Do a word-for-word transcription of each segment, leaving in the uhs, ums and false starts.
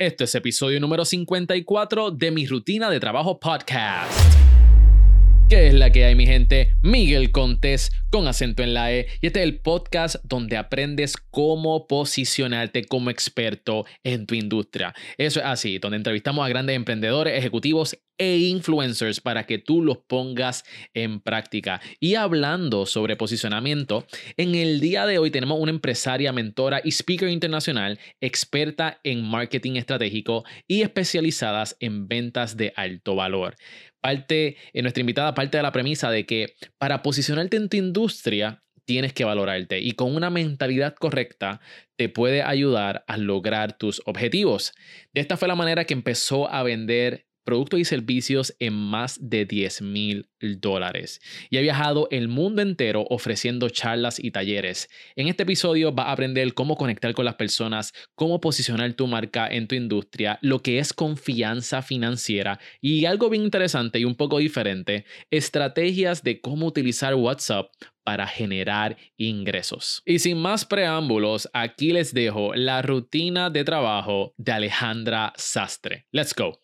Este es episodio número cincuenta y cuatro de Mi Rutina de Trabajo Podcast. ¿Qué es la que hay, mi gente? Miguel Contés, con acento en la E, y este es el podcast donde aprendes cómo posicionarte como experto en tu industria. Eso es así, donde entrevistamos a grandes emprendedores, ejecutivos e influencers para que tú los pongas en práctica. Y hablando sobre posicionamiento, en el día de hoy tenemos una empresaria, mentora y speaker internacional, experta en marketing estratégico y especializadas en ventas de alto valor. Parte, en nuestra invitada parte de la premisa de que para posicionarte en tu industria tienes que valorarte y con una mentalidad correcta te puede ayudar a lograr tus objetivos. De esta fue la manera que empezó a vender productos y servicios en más de diez mil dólares y ha viajado el mundo entero ofreciendo charlas y talleres. En este episodio vas a aprender cómo conectar con las personas, cómo posicionar tu marca en tu industria, lo que es confianza financiera y algo bien interesante y un poco diferente, estrategias de cómo utilizar WhatsApp para generar ingresos. Y sin más preámbulos, aquí les dejo la rutina de trabajo de Alejandra Sastre. Let's go.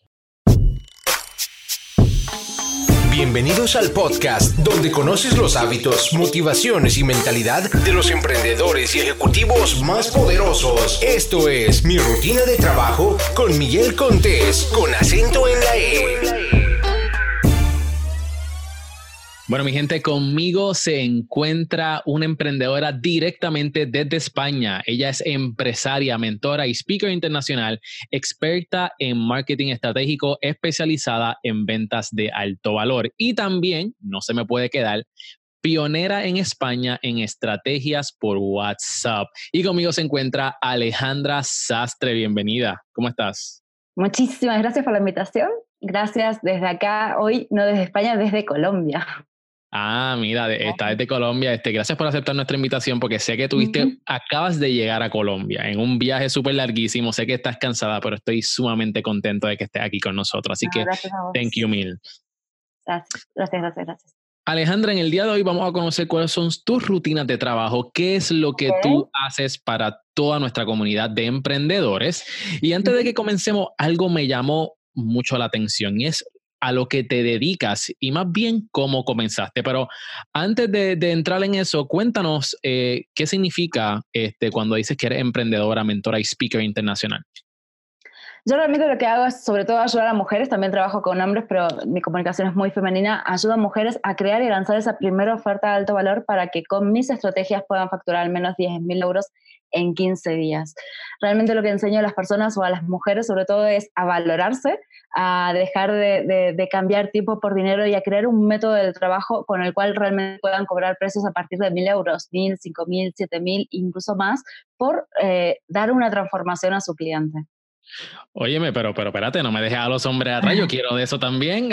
Bienvenidos al podcast donde conoces los hábitos, motivaciones y mentalidad de los emprendedores y ejecutivos más poderosos. Esto es Mi Rutina de Trabajo con Miguel Contés, con acento en la E. Bueno, mi gente, conmigo se encuentra una emprendedora directamente desde España. Ella es empresaria, mentora y speaker internacional, experta en marketing estratégico, especializada en ventas de alto valor. Y también, no se me puede quedar, pionera en España en estrategias por WhatsApp. Y conmigo se encuentra Alejandra Sastre. Bienvenida. ¿Cómo estás? Muchísimas gracias por la invitación. Gracias desde acá, hoy no desde España, desde Colombia. Ah, mira, de, está desde Colombia. Este, gracias por aceptar nuestra invitación porque sé que tuviste, uh-huh. acabas de llegar a Colombia en un viaje súper larguísimo. Sé que estás cansada, pero estoy sumamente contento de que estés aquí con nosotros. Así no, que, thank you mil. Gracias, gracias, gracias, gracias. Alejandra, en el día de hoy vamos a conocer cuáles son tus rutinas de trabajo, qué es lo que okay. tú haces para toda nuestra comunidad de emprendedores. Y antes uh-huh. de que comencemos, algo me llamó mucho la atención y es a lo que te dedicas y más bien cómo comenzaste. Pero antes de, de entrar en eso, cuéntanos eh, qué significa este, cuando dices que eres emprendedora, mentora y speaker internacional. Yo realmente lo que hago es sobre todo ayudar a mujeres, también trabajo con hombres, pero mi comunicación es muy femenina, ayudo a mujeres a crear y lanzar esa primera oferta de alto valor para que con mis estrategias puedan facturar al menos diez mil euros en quince días. Realmente lo que enseño a las personas o a las mujeres sobre todo es a valorarse, a dejar de, de, de cambiar tiempo por dinero y a crear un método de trabajo con el cual realmente puedan cobrar precios a partir de mil euros, mil, cinco mil, siete mil, incluso más, por eh, dar una transformación a su cliente. Óyeme, pero, pero espérate, no me dejes a los hombres atrás, yo quiero de eso también. No,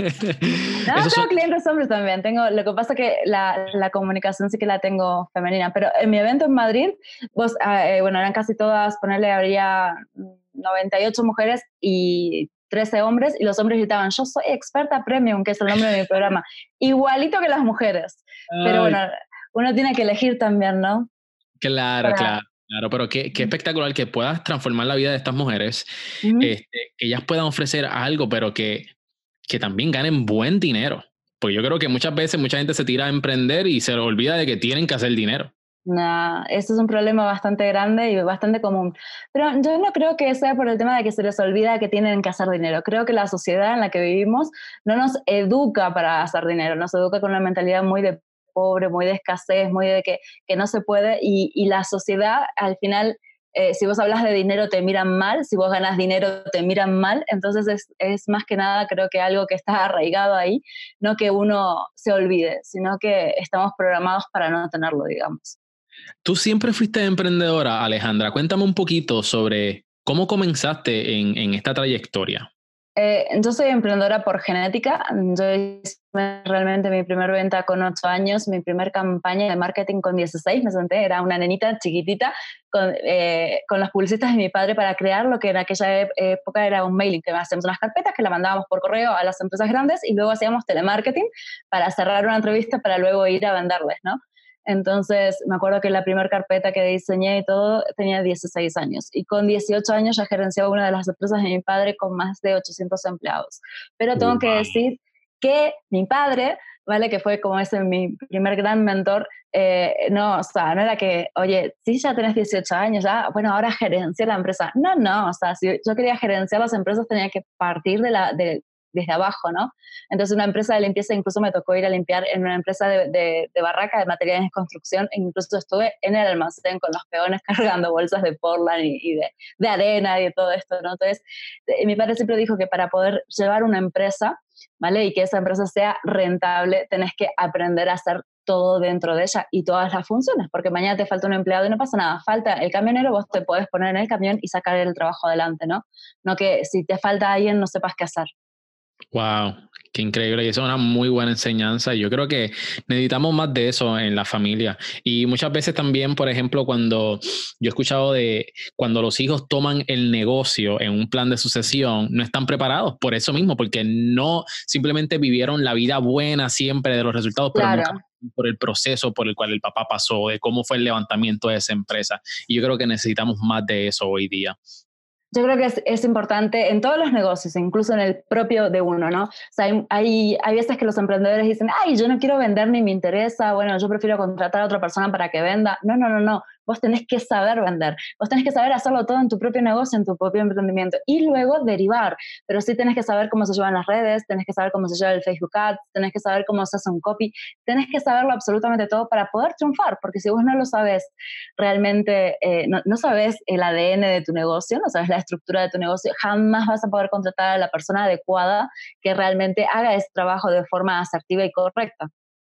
tengo son... clientes hombres también, tengo, lo que pasa es que la, la comunicación sí que la tengo femenina, pero en mi evento en Madrid, vos, eh, bueno, eran casi todas, ponerle, habría noventa y ocho mujeres y trece hombres, y los hombres gritaban, yo soy experta premium, que es el nombre de mi programa, igualito que las mujeres. Ay. Pero bueno, uno tiene que elegir también, ¿no? Claro, Para... claro. Claro, pero qué, qué espectacular que puedas transformar la vida de estas mujeres, uh-huh. este, que ellas puedan ofrecer algo, pero que, que también ganen buen dinero. Porque yo creo que muchas veces mucha gente se tira a emprender y se le olvida de que tienen que hacer dinero. No, eso es un problema bastante grande y bastante común. Pero yo no creo que sea por el tema de que se les olvida que tienen que hacer dinero. Creo que la sociedad en la que vivimos no nos educa para hacer dinero, nos educa con una mentalidad muy de pobre, muy de escasez, muy de que, que no se puede, y, y la sociedad al final, eh, si vos hablas de dinero te miran mal, si vos ganas dinero te miran mal, entonces es, es más que nada creo que algo que está arraigado ahí, no que uno se olvide, sino que estamos programados para no tenerlo, digamos. Tú siempre fuiste emprendedora, Alejandra, cuéntame un poquito sobre cómo comenzaste en, en esta trayectoria. Eh, yo soy emprendedora por genética. Yo hice realmente mi primer venta con ocho años, mi primer campaña de marketing con dieciséis, me senté, era una nenita chiquitita con, eh, con los publicistas de mi padre para crear lo que en aquella época era un mailing, que hacíamos unas carpetas que la mandábamos por correo a las empresas grandes y luego hacíamos telemarketing para cerrar una entrevista para luego ir a venderles, ¿no? Entonces, me acuerdo que la primera carpeta que diseñé y todo tenía dieciséis años. Y con dieciocho años ya gerenciaba una de las empresas de mi padre con más de ochocientos empleados. Pero tengo que Wow. decir que mi padre, ¿vale? Que fue como ese mi primer gran mentor, eh, no, o sea, no era que, oye, sí, ya tenés dieciocho años, ya, bueno, ahora gerencia la empresa. No, no, o sea, si yo quería gerenciar las empresas tenía que partir de la, de, desde abajo, ¿no? Entonces una empresa de limpieza, incluso me tocó ir a limpiar en una empresa de, de, de barraca de materiales de construcción, e incluso estuve en el almacén con los peones cargando bolsas de Portland y, y de, de arena y de todo esto, ¿no? Entonces, eh, mi padre siempre dijo que para poder llevar una empresa, ¿vale? Y que esa empresa sea rentable, tenés que aprender a hacer todo dentro de ella y todas las funciones, porque mañana te falta un empleado y no pasa nada, falta el camionero, vos te podés poner en el camión y sacar el trabajo adelante, ¿no? No que si te falta alguien no sepas qué hacer. Wow, qué increíble. Y eso es una muy buena enseñanza. Yo creo que necesitamos más de eso en la familia. Y muchas veces también, por ejemplo, cuando yo he escuchado de cuando los hijos toman el negocio en un plan de sucesión, no están preparados por eso mismo, porque no simplemente vivieron la vida buena siempre de los resultados, pero Claro. nunca por el proceso por el cual el papá pasó, de cómo fue el levantamiento de esa empresa. Y yo creo que necesitamos más de eso hoy día. Yo creo que es, es importante en todos los negocios, incluso en el propio de uno, ¿no? O sea, hay, hay, hay veces que los emprendedores dicen, ay, yo no quiero vender ni me interesa, bueno, yo prefiero contratar a otra persona para que venda. No, no, no, no. Vos tenés que saber vender. Vos tenés que saber hacerlo todo en tu propio negocio, en tu propio emprendimiento y luego derivar. Pero sí tenés que saber cómo se llevan las redes, tenés que saber cómo se lleva el Facebook Ads, tenés que saber cómo se hace un copy, tenés que saberlo absolutamente todo para poder triunfar, porque si vos no lo sabes realmente, eh, no, no sabes el A D N de tu negocio, no sabes la estructura de tu negocio, jamás vas a poder contratar a la persona adecuada que realmente haga ese trabajo de forma asertiva y correcta.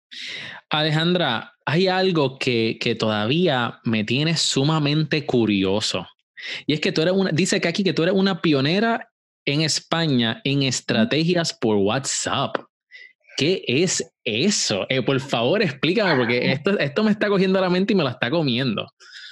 Alejandra, hay algo que, que todavía me tiene sumamente curioso. Y es que tú eres una, dice que aquí que tú eres una pionera en España en estrategias por WhatsApp. ¿Qué es eso? Eh, por favor, explícame, porque esto, esto me está cogiendo la mente y me la está comiendo.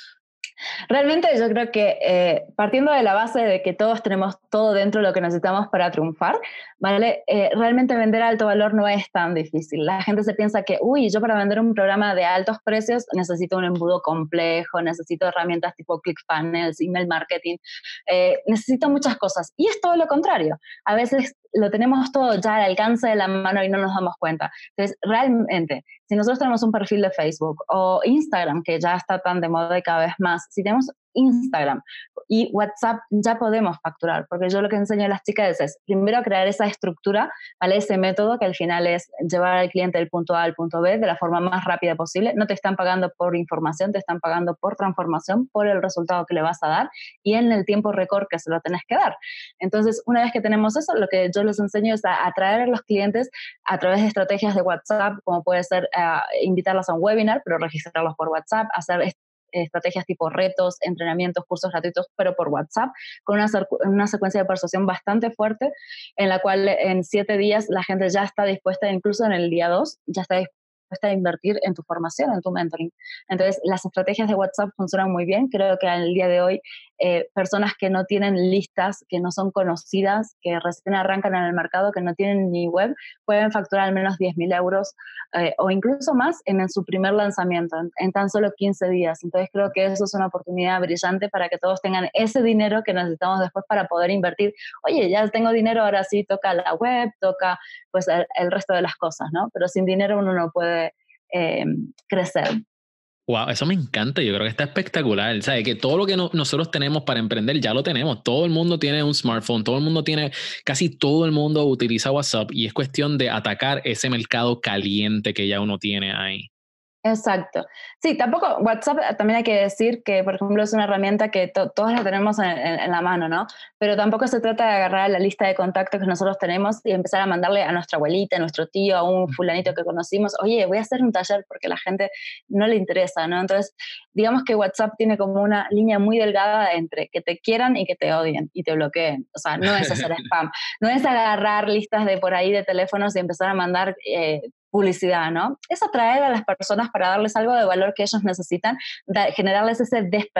Realmente yo creo que eh, partiendo de la base de que todos tenemos todo dentro de lo que necesitamos para triunfar, ¿vale? Eh, realmente vender a alto valor no es tan difícil. La gente se piensa que, uy, yo para vender un programa de altos precios necesito un embudo complejo, necesito herramientas tipo ClickFunnels, email marketing, eh, necesito muchas cosas. Y es todo lo contrario. A veces lo tenemos todo ya al alcance de la mano y no nos damos cuenta. Entonces, realmente, si nosotros tenemos un perfil de Facebook o Instagram, que ya está tan de moda y cada vez más, si tenemos Instagram y WhatsApp, ya podemos facturar, porque yo lo que enseño a las chicas es, primero, crear esa estructura, ¿vale? Ese método que al final es llevar al cliente del punto A al punto B de la forma más rápida posible. No te están pagando por información, te están pagando por transformación, por el resultado que le vas a dar y en el tiempo récord que se lo tenés que dar. Entonces, una vez que tenemos eso, lo que yo les enseño es a atraer a los clientes a través de estrategias de WhatsApp, como puede ser uh, invitarlos a un webinar, pero registrarlos por WhatsApp, hacer estrategias tipo retos, entrenamientos, cursos gratuitos, pero por WhatsApp, con una, una secuencia de persuasión bastante fuerte, en la cual en siete días la gente ya está dispuesta, incluso en el día dos, ya está dispuesta a invertir en tu formación, en tu mentoring. Entonces, las estrategias de WhatsApp funcionan muy bien. Creo que al día de hoy, eh, personas que no tienen listas, que no son conocidas, que recién arrancan en el mercado, que no tienen ni web, pueden facturar al menos diez mil euros eh, o incluso más en, en su primer lanzamiento, en, en tan solo quince días. Entonces, creo que eso es una oportunidad brillante para que todos tengan ese dinero que necesitamos después para poder invertir. Oye, ya tengo dinero, ahora sí toca la web, toca pues el, el resto de las cosas, ¿no? Pero sin dinero uno no puede eh, crecer. Wow, eso me encanta. Yo creo que está espectacular. ¿Sabes? Que todo lo que no, nosotros tenemos para emprender ya lo tenemos. Todo el mundo tiene un smartphone, todo el mundo tiene, casi todo el mundo utiliza WhatsApp y es cuestión de atacar ese mercado caliente que ya uno tiene ahí. Exacto. Sí, tampoco, WhatsApp también hay que decir que, por ejemplo, es una herramienta que to- todos la tenemos en, en, en la mano, ¿no? Pero tampoco se trata de agarrar la lista de contactos que nosotros tenemos y empezar a mandarle a nuestra abuelita, a nuestro tío, a un fulanito que conocimos, oye, voy a hacer un taller porque a la gente no le interesa, ¿no? Entonces, digamos que WhatsApp tiene como una línea muy delgada entre que te quieran y que te odien y te bloqueen. O sea, no es hacer spam, no es agarrar listas de por ahí de teléfonos y empezar a mandar eh, publicidad, ¿no? Es atraer a las personas para darles algo de valor que ellos necesitan, da, generarles ese despertar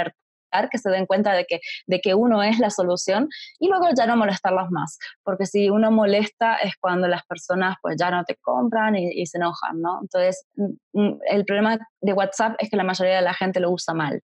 que se den cuenta de que, de que uno es la solución y luego ya no molestarlos más, porque si uno molesta es cuando las personas pues ya no te compran y, y se enojan, ¿no? Entonces, el problema de WhatsApp es que la mayoría de la gente lo usa mal.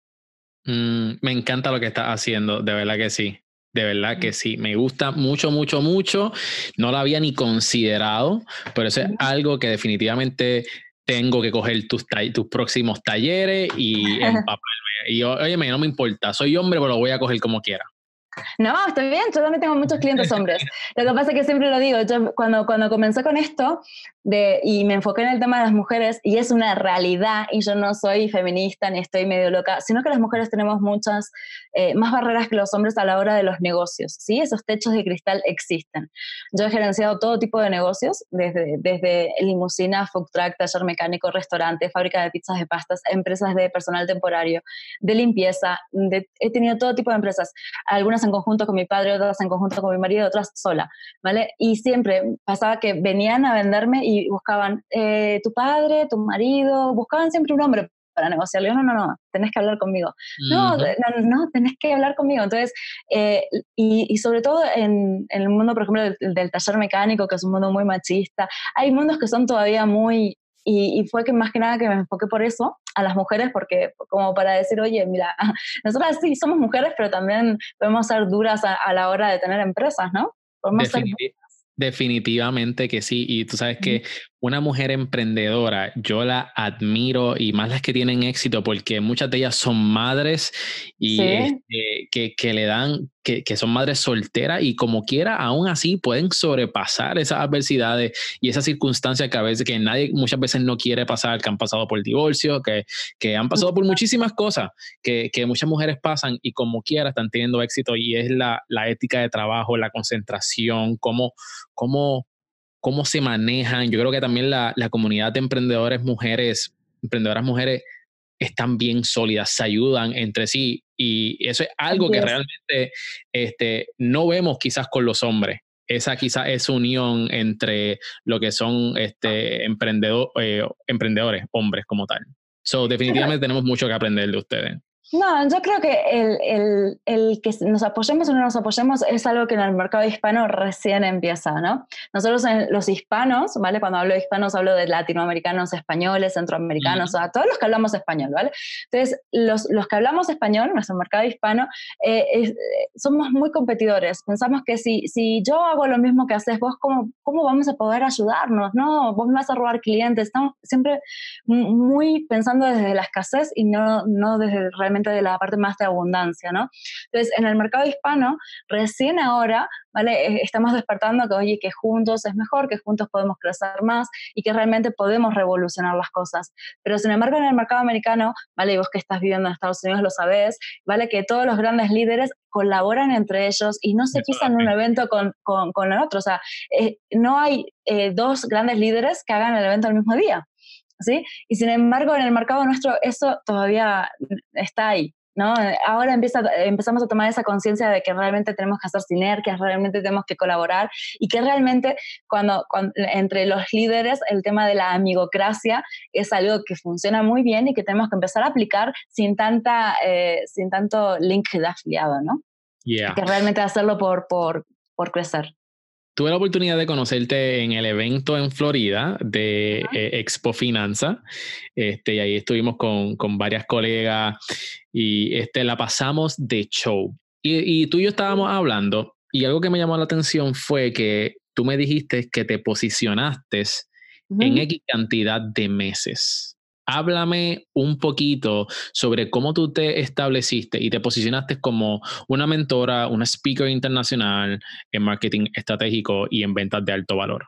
Mm, me encanta lo que estás haciendo, de verdad que sí. De verdad que sí, me gusta mucho, mucho, mucho. No lo había ni considerado, pero eso es algo que definitivamente tengo que coger tus, tus próximos talleres y empaparme. Y oye, no me importa, soy hombre, pero lo voy a coger como quiera. No, está bien, yo también tengo muchos clientes hombres. Lo que pasa es que siempre lo digo, yo cuando, cuando comencé con esto de, y me enfoqué en el tema de las mujeres, y es una realidad, y yo no soy feminista ni estoy medio loca, sino que las mujeres tenemos muchas eh, más barreras que los hombres a la hora de los negocios, ¿sí? Esos techos de cristal existen. Yo he gerenciado todo tipo de negocios, desde, desde limusina, food truck, taller mecánico, restaurante, fábrica de pizzas, de pastas, empresas de personal temporario, de limpieza, de, he tenido todo tipo de empresas, algunas en conjunto con mi padre, otras en conjunto con mi marido, otras sola, ¿vale? Y siempre pasaba que venían a venderme y buscaban eh, tu padre, tu marido, buscaban siempre un hombre para negociar. Yo, no, no, no, tenés que hablar conmigo. Uh-huh. No, no, no, tenés que hablar conmigo. Entonces, eh, y, y sobre todo en, en el mundo, por ejemplo, del, del taller mecánico, que es un mundo muy machista, hay mundos que son todavía muy... Y, y fue que más que nada que me enfoqué por eso, a las mujeres, porque como para decir, oye, mira, nosotras sí somos mujeres, pero también podemos ser duras a, a la hora de tener empresas, ¿no? Podemos Definit- ser Definitivamente que sí. Y tú sabes que una mujer emprendedora, yo la admiro, y más las que tienen éxito, porque muchas de ellas son madres y ¿sí? este, que, que le dan, que, que son madres solteras y como quiera, aún así pueden sobrepasar esas adversidades y esas circunstancias que a veces, que nadie muchas veces no quiere pasar, que han pasado por divorcio, que, que han pasado por muchísimas cosas que, que muchas mujeres pasan y como quiera están teniendo éxito, y es la, la ética de trabajo, la concentración, cómo Cómo, cómo se manejan. Yo creo que también la, la comunidad de emprendedores mujeres, emprendedoras mujeres, están bien sólidas, se ayudan entre sí, y eso es algo que realmente este, no vemos quizás con los hombres. Esa quizás es unión entre lo que son este, emprendedor, eh, emprendedores, hombres como tal. So, definitivamente tenemos mucho que aprender de ustedes. No, yo creo que el, el, el que nos apoyemos o no nos apoyemos es algo que en el mercado hispano recién empieza, ¿no? Nosotros en los hispanos, ¿vale? Cuando hablo de hispanos hablo de latinoamericanos, españoles, centroamericanos, mm. o sea, todos los que hablamos español, ¿vale? Entonces, los, los que hablamos español, nuestro mercado hispano, eh, es, somos muy competidores. Pensamos que si, si yo hago lo mismo que haces vos, ¿cómo, cómo vamos a poder ayudarnos? No, vos me vas a robar clientes. Estamos siempre muy pensando desde la escasez y no, no desde realmente de la parte más de abundancia, ¿no? Entonces, en el mercado hispano, recién ahora, ¿vale? Estamos despertando que, oye, que juntos es mejor, que juntos podemos crecer más y que realmente podemos revolucionar las cosas. Pero, sin embargo, en el mercado americano, ¿vale? Y vos que estás viviendo en Estados Unidos lo sabés, ¿vale? Que todos los grandes líderes colaboran entre ellos y no se pisan un evento con, con, con el otro. O sea, eh, no hay eh, dos grandes líderes que hagan el evento el mismo día. ¿Sí? Y sin embargo, en el mercado nuestro eso todavía está ahí, ¿no? Ahora empieza, empezamos a tomar esa conciencia de que realmente tenemos que hacer sinergias, realmente tenemos que colaborar y que realmente cuando, cuando entre los líderes el tema de la amigocracia es algo que funciona muy bien y que tenemos que empezar a aplicar sin, tanta, eh, sin tanto link de afiliado, ¿no? Yeah. Que realmente hacerlo por, por, por crecer. Tuve la oportunidad de conocerte en el evento en Florida de eh, Expo Finanza, este, y ahí estuvimos con, con varias colegas y este, la pasamos de show. Y, y tú y yo estábamos hablando y algo que me llamó la atención fue que tú me dijiste que te posicionaste uh-huh. en X cantidad de meses. Háblame un poquito sobre cómo tú te estableciste y te posicionaste como una mentora, una speaker internacional en marketing estratégico y en ventas de alto valor.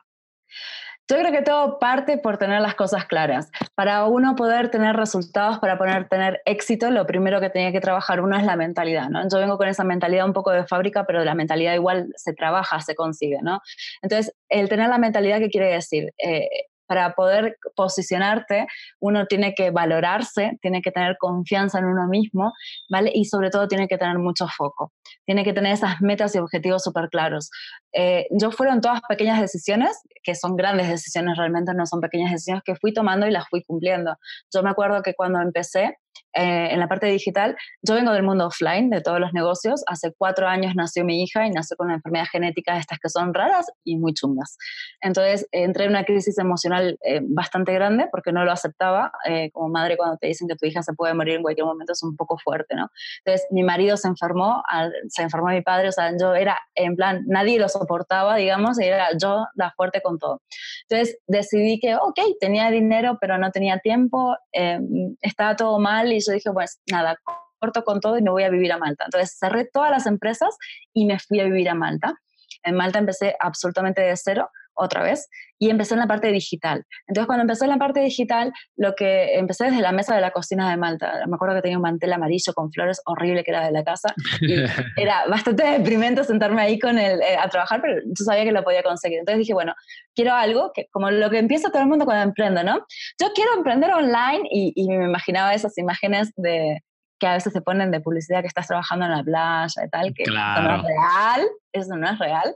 Yo creo que todo parte por tener las cosas claras. Para uno poder tener resultados, para poder tener éxito, lo primero que tenía que trabajar uno es la mentalidad, ¿no? Yo vengo con esa mentalidad un poco de fábrica, pero la mentalidad igual se trabaja, se consigue, ¿no? Entonces, el tener la mentalidad, ¿qué quiere decir? Eh, Para poder posicionarte, uno tiene que valorarse, tiene que tener confianza en uno mismo, ¿vale? Y sobre todo tiene que tener mucho foco. Tiene que tener esas metas y objetivos súper claros. Eh, yo fueron todas pequeñas decisiones que son grandes decisiones realmente, no son pequeñas decisiones que fui tomando y las fui cumpliendo. Yo me acuerdo que cuando empecé eh, en la parte digital, yo vengo del mundo offline, de todos los negocios. Hace cuatro años nació mi hija y nació con una enfermedad genética de estas que son raras y muy chungas. Entonces entré en una crisis emocional eh, bastante grande porque no lo aceptaba. Eh, como madre, cuando te dicen que tu hija se puede morir en cualquier momento es un poco fuerte, ¿no? Entonces mi marido se enfermó, al, se enfermó mi padre, o sea, yo era en plan, nadie lo soportaba, digamos, y era yo la fuerte con todo. Entonces decidí que, ok, tenía dinero, pero no tenía tiempo, eh, estaba todo mal y yo dije, pues nada, corto con todo y me voy a vivir a Malta. Entonces cerré todas las empresas y me fui a vivir a Malta. En Malta empecé absolutamente de cero, otra vez, y empecé en la parte digital. Entonces, cuando empecé en la parte digital, lo que empecé desde la mesa de la cocina de Malta. Me acuerdo que tenía un mantel amarillo con flores horrible que era de la casa, y era bastante deprimente sentarme ahí con el, eh, a trabajar, pero yo sabía que lo podía conseguir. Entonces dije, bueno, quiero algo que, como lo que empieza todo el mundo cuando emprende, ¿no? Yo quiero emprender online, y, y me imaginaba esas imágenes de que a veces se ponen de publicidad que estás trabajando en la playa y tal, que Claro. eso no es real, eso no es real.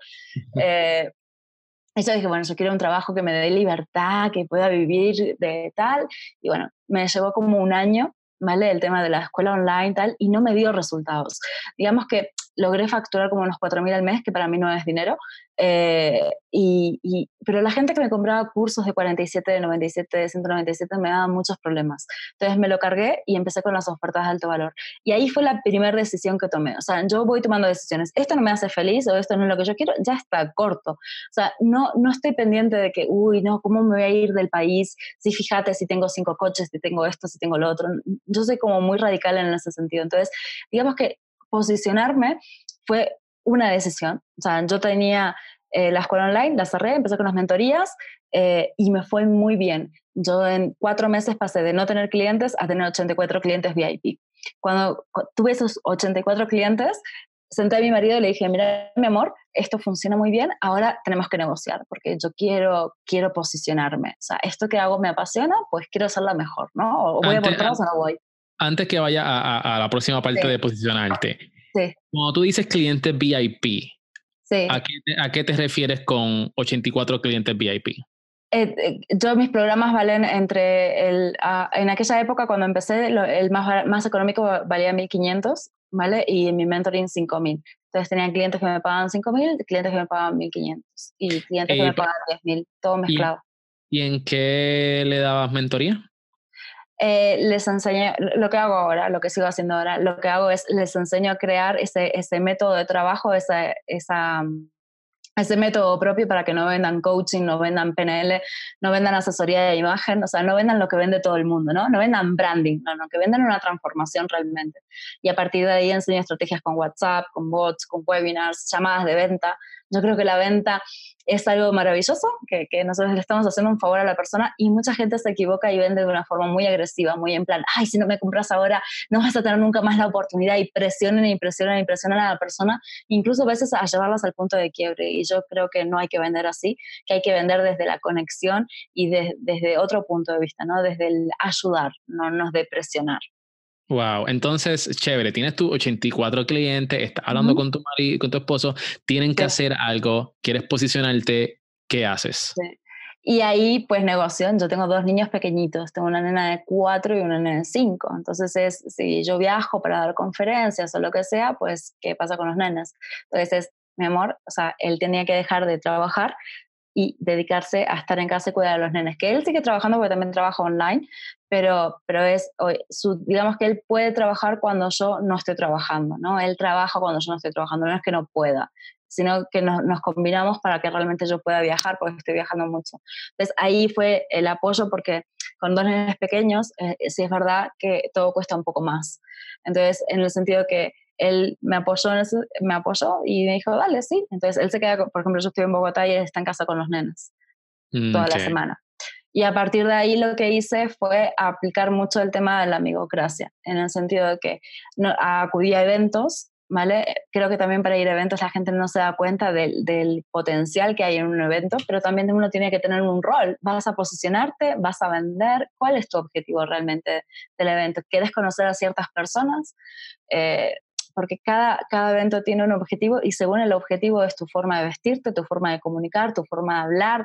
Eh, y yo dije, bueno, yo quiero un trabajo que me dé libertad, que pueda vivir de tal. Y bueno, me llevó como un año, ¿vale? El tema de la escuela online y tal, y no me dio resultados. Digamos que logré facturar como unos cuatro mil al mes, que para mí no es dinero. Eh, y, y, pero la gente que me compraba cursos de cuarenta y siete, de noventa y siete, de ciento noventa y siete me daba muchos problemas. Entonces me lo cargué y empecé con las ofertas de alto valor. Y ahí fue la primera decisión que tomé. O sea, yo voy tomando decisiones. Esto no me hace feliz o esto no es lo que yo quiero, ya está, corto. O sea, no, no estoy pendiente de que, uy, no, ¿cómo me voy a ir del país? Si fíjate, si tengo cinco coches, si tengo esto, si tengo lo otro. Yo soy como muy radical en ese sentido. Entonces, digamos que posicionarme fue una decisión. O sea, yo tenía eh, la escuela online, la cerré, empecé con las mentorías eh, y me fue muy bien. Yo en cuatro meses pasé de no tener clientes a tener ochenta y cuatro clientes V I P. Cuando tuve esos ochenta y cuatro clientes, senté a mi marido y le dije, mira, mi amor, esto funciona muy bien, ahora tenemos que negociar, porque yo quiero, quiero posicionarme. O sea, esto que hago me apasiona, pues quiero hacerla mejor, ¿no? O voy Antes, a por todos o no voy. Antes que vaya a, a, a la próxima parte Sí. de posicionarte, Sí. cuando tú dices clientes V I P, Sí. ¿a qué, te, ¿a qué te refieres con ochenta y cuatro clientes V I P? Eh, eh, yo mis programas valen entre el, uh, en aquella época cuando empecé lo, el más, más económico valía mil quinientos, ¿vale? Y mi mentoring cinco mil. Entonces tenía clientes que me pagaban cinco mil, clientes que me pagaban mil quinientos y clientes eh, que me pagaban diez mil, todo mezclado. ¿Y, ¿Y en qué le dabas mentoría? Eh, les enseño, lo que hago ahora, lo que sigo haciendo ahora, lo que hago es les enseño a crear ese, ese método de trabajo, esa, esa ese método propio para que no vendan coaching, no vendan P N L, no vendan asesoría de imagen, o sea, no vendan lo que vende todo el mundo, ¿no? No vendan branding, no, no, que vendan una transformación realmente. Y a partir de ahí enseño estrategias con WhatsApp, con bots, con webinars, llamadas de venta. Yo creo que la venta es algo maravilloso, que, que nosotros le estamos haciendo un favor a la persona y mucha gente se equivoca y vende de una forma muy agresiva, muy en plan, ay, si no me compras ahora, no vas a tener nunca más la oportunidad y presionan y presionan y presionan a la persona, incluso a veces a llevarlas al punto de quiebre. Y yo creo que no hay que vender así, que hay que vender desde la conexión y de, desde otro punto de vista, ¿no? Desde el ayudar, no nos de presionar. Wow, entonces, chévere, tienes tus ochenta y cuatro clientes, estás hablando uh-huh. con tu marido, con tu esposo, tienen que sí. hacer algo, quieres posicionarte, ¿qué haces? Sí. Y ahí, pues, negocio. Yo tengo dos niños pequeñitos, tengo una nena de cuatro y una nena de cinco. Entonces, es, si yo viajo para dar conferencias o lo que sea, pues, ¿qué pasa con los nenes? Entonces, es, mi amor, o sea, él tenía que dejar de trabajar y dedicarse a estar en casa y cuidar a los nenes. Que él sigue trabajando porque también trabaja online, pero, pero es, su, digamos que él puede trabajar cuando yo no estoy trabajando, ¿no? Él trabaja cuando yo no estoy trabajando, no es que no pueda, sino que nos, nos combinamos para que realmente yo pueda viajar, porque estoy viajando mucho. Entonces ahí fue el apoyo, porque con dos nenes pequeños, eh, sí es verdad que todo cuesta un poco más. Entonces, en el sentido que él me apoyó, en ese, me apoyó y me dijo, dale, sí. Entonces él se queda, por ejemplo, yo estoy en Bogotá y él está en casa con los nenes mm, toda okay. la semana. Y a partir de ahí lo que hice fue aplicar mucho el tema de la amigocracia, en el sentido de que no, acudí a eventos, ¿vale? Creo que también para ir a eventos la gente no se da cuenta del, del potencial que hay en un evento, pero también uno tiene que tener un rol. Vas a posicionarte, vas a vender. ¿Cuál es tu objetivo realmente del evento? ¿Quieres conocer a ciertas personas? Eh, porque cada, cada evento tiene un objetivo y según el objetivo es tu forma de vestirte, tu forma de comunicar, tu forma de hablar,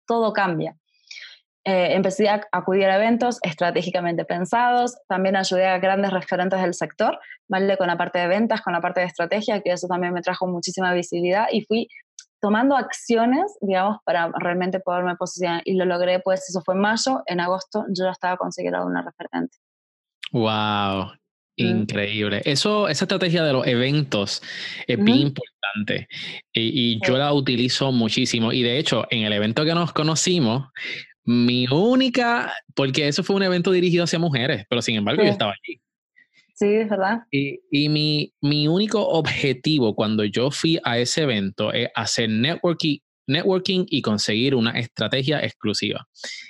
todo cambia. Eh, empecé a acudir a eventos estratégicamente pensados, también ayudé a grandes referentes del sector, ¿vale? Con la parte de ventas, con la parte de estrategia, que eso también me trajo muchísima visibilidad y fui tomando acciones, digamos, para realmente poderme posicionar y lo logré, pues eso fue en mayo, en agosto yo ya estaba considerada una referente. Wow, Mm. increíble. Eso, esa estrategia de los eventos es bien Uh-huh. importante y, y Sí. yo la utilizo muchísimo. Y de hecho, en el evento que nos conocimos, mi única, porque eso fue un evento dirigido hacia mujeres, pero sin embargo Sí, yo estaba allí. sí, es verdad. Y, y mi, mi único objetivo cuando yo fui a ese evento es hacer networking, networking y conseguir una estrategia exclusiva.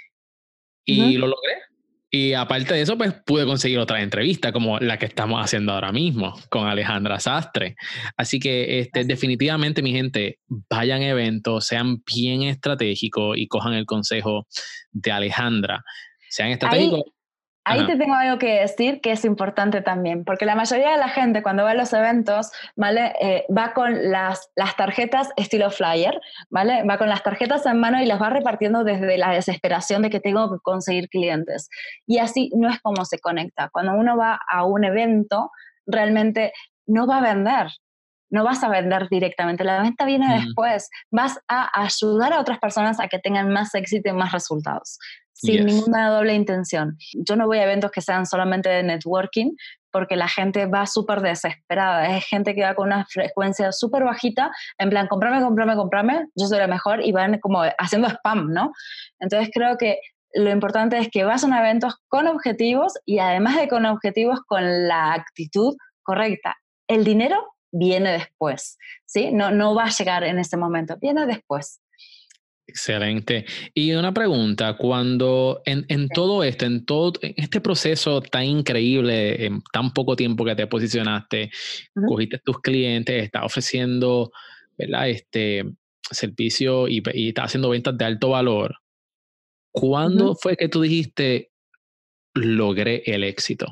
Y Uh-huh. lo logré. Y aparte de eso, pues pude conseguir otra entrevista como la que estamos haciendo ahora mismo con Alejandra Sastre. Así que este, definitivamente, mi gente, vayan a eventos, sean bien estratégicos y cojan el consejo de Alejandra. Sean estratégicos. Ahí, ahí te tengo algo que decir que es importante también, porque la mayoría de la gente cuando va a los eventos, ¿vale? Eh, va con las, las tarjetas estilo flyer, ¿vale? Va con las tarjetas en mano y las va repartiendo desde la desesperación de que tengo que conseguir clientes. Y así no es como se conecta. Cuando uno va a un evento, realmente no va a vender. No vas a vender directamente, la venta viene Mm, después. Vas a ayudar a otras personas a que tengan más éxito y más resultados, sin yes. ninguna doble intención. Yo no voy a eventos que sean solamente de networking, porque la gente va súper desesperada. Es gente que va con una frecuencia súper bajita, en plan, comprame, comprame, comprame, yo soy la mejor, y van como haciendo spam, ¿no? Entonces creo que lo importante es que vayan a eventos con objetivos y además de con objetivos, con la actitud correcta. El dinero viene después, ¿sí? No, no va a llegar en ese momento, viene después. Excelente. Y una pregunta, cuando en, en Sí. todo esto, en todo en este proceso tan increíble, en tan poco tiempo que te posicionaste, Uh-huh. cogiste tus clientes, estás ofreciendo, ¿verdad? Este servicio y, y estás haciendo ventas de alto valor. ¿Cuándo Uh-huh. fue que tú dijiste, logré el éxito?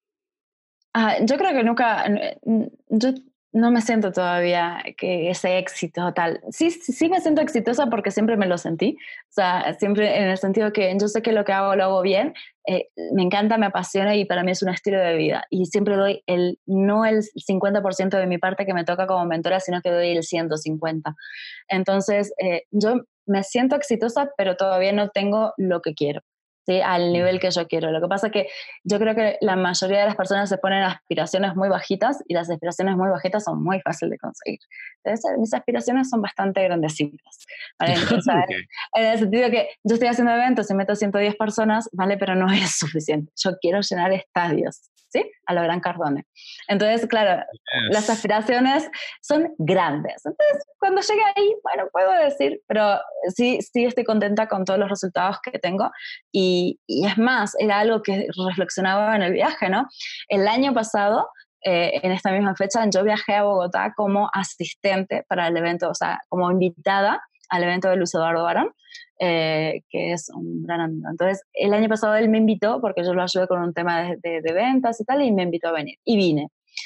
Ah, yo creo que nunca, yo no me siento todavía que ese éxito tal. Sí, sí, sí me siento exitosa porque siempre me lo sentí. O sea, siempre en el sentido que yo sé que lo que hago lo hago bien, eh, me encanta, me apasiona y para mí es un estilo de vida. Y siempre doy el, no el cincuenta por ciento de mi parte que me toca como mentora, sino que doy el ciento cincuenta. Entonces, eh, yo me siento exitosa, pero todavía no tengo lo que quiero. ¿Sí? Al nivel que yo quiero. Lo que pasa es que yo creo que la mayoría de las personas se ponen aspiraciones muy bajitas y las aspiraciones muy bajitas son muy fáciles de conseguir. Entonces, mis aspiraciones son bastante grandecitas. ¿Vale? O sea, Okay. en el sentido que yo estoy haciendo eventos y meto ciento diez personas, ¿vale? Pero no es suficiente. Yo quiero llenar estadios, ¿sí? A lo Gran Cardone. Entonces, claro, Yes. las aspiraciones son grandes. Entonces, cuando llegue ahí, bueno, puedo decir, pero sí, sí estoy contenta con todos los resultados que tengo. Y, y es más, era algo que reflexionaba en el viaje, ¿no? El año pasado, eh, en esta misma fecha, yo viajé a Bogotá como asistente para el evento, o sea, como invitada al evento de Luis Eduardo Barón, eh, que es un gran amigo. Entonces, el año pasado él me invitó, porque yo lo ayudé con un tema de, de, de ventas y tal, y me invitó a venir. Y vine.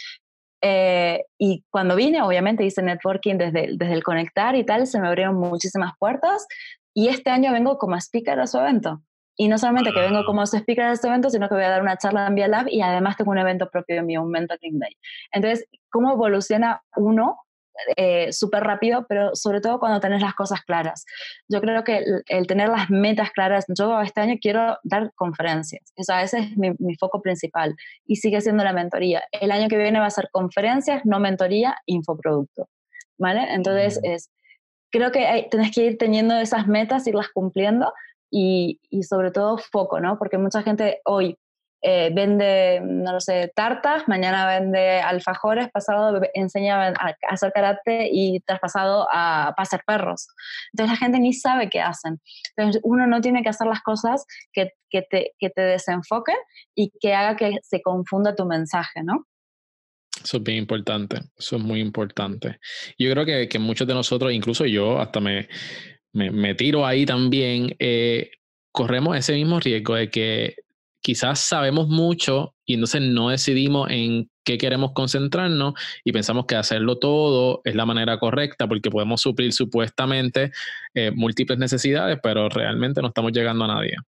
Eh, y cuando vine, obviamente hice networking desde, desde el conectar y tal, se me abrieron muchísimas puertas. Y este año vengo como speaker a su evento. Y no solamente que vengo como speaker a este evento, sino que voy a dar una charla en Via Lab y además tengo un evento propio mío, un Mentoring Day. Entonces, ¿cómo evoluciona uno? Eh, súper rápido, pero sobre todo cuando tenés las cosas claras. Yo creo que el, el tener las metas claras, yo este año quiero dar conferencias, o sea, ese es mi, mi foco principal y sigue siendo la mentoría. El año que viene va a ser conferencias, no mentoría, infoproducto, ¿vale? Entonces, Mm. es, creo que hay, tenés que ir teniendo esas metas, irlas cumpliendo y, y sobre todo foco, ¿no? Porque mucha gente hoy Eh, vende, no lo sé, tartas, mañana vende alfajores, pasado enseña a hacer karate y traspasado a pasear perros. Entonces la gente ni sabe qué hacen. Entonces uno no tiene que hacer las cosas que, que, te, que te desenfoquen y que haga que se confunda tu mensaje, ¿no? Eso es bien importante, eso es muy importante. Yo creo que, que muchos de nosotros, incluso yo, hasta me, me, me tiro ahí también, eh, corremos ese mismo riesgo de que quizás sabemos mucho y entonces no decidimos en qué queremos concentrarnos y pensamos que hacerlo todo es la manera correcta porque podemos suplir supuestamente eh, múltiples necesidades, pero realmente no estamos llegando a nadie.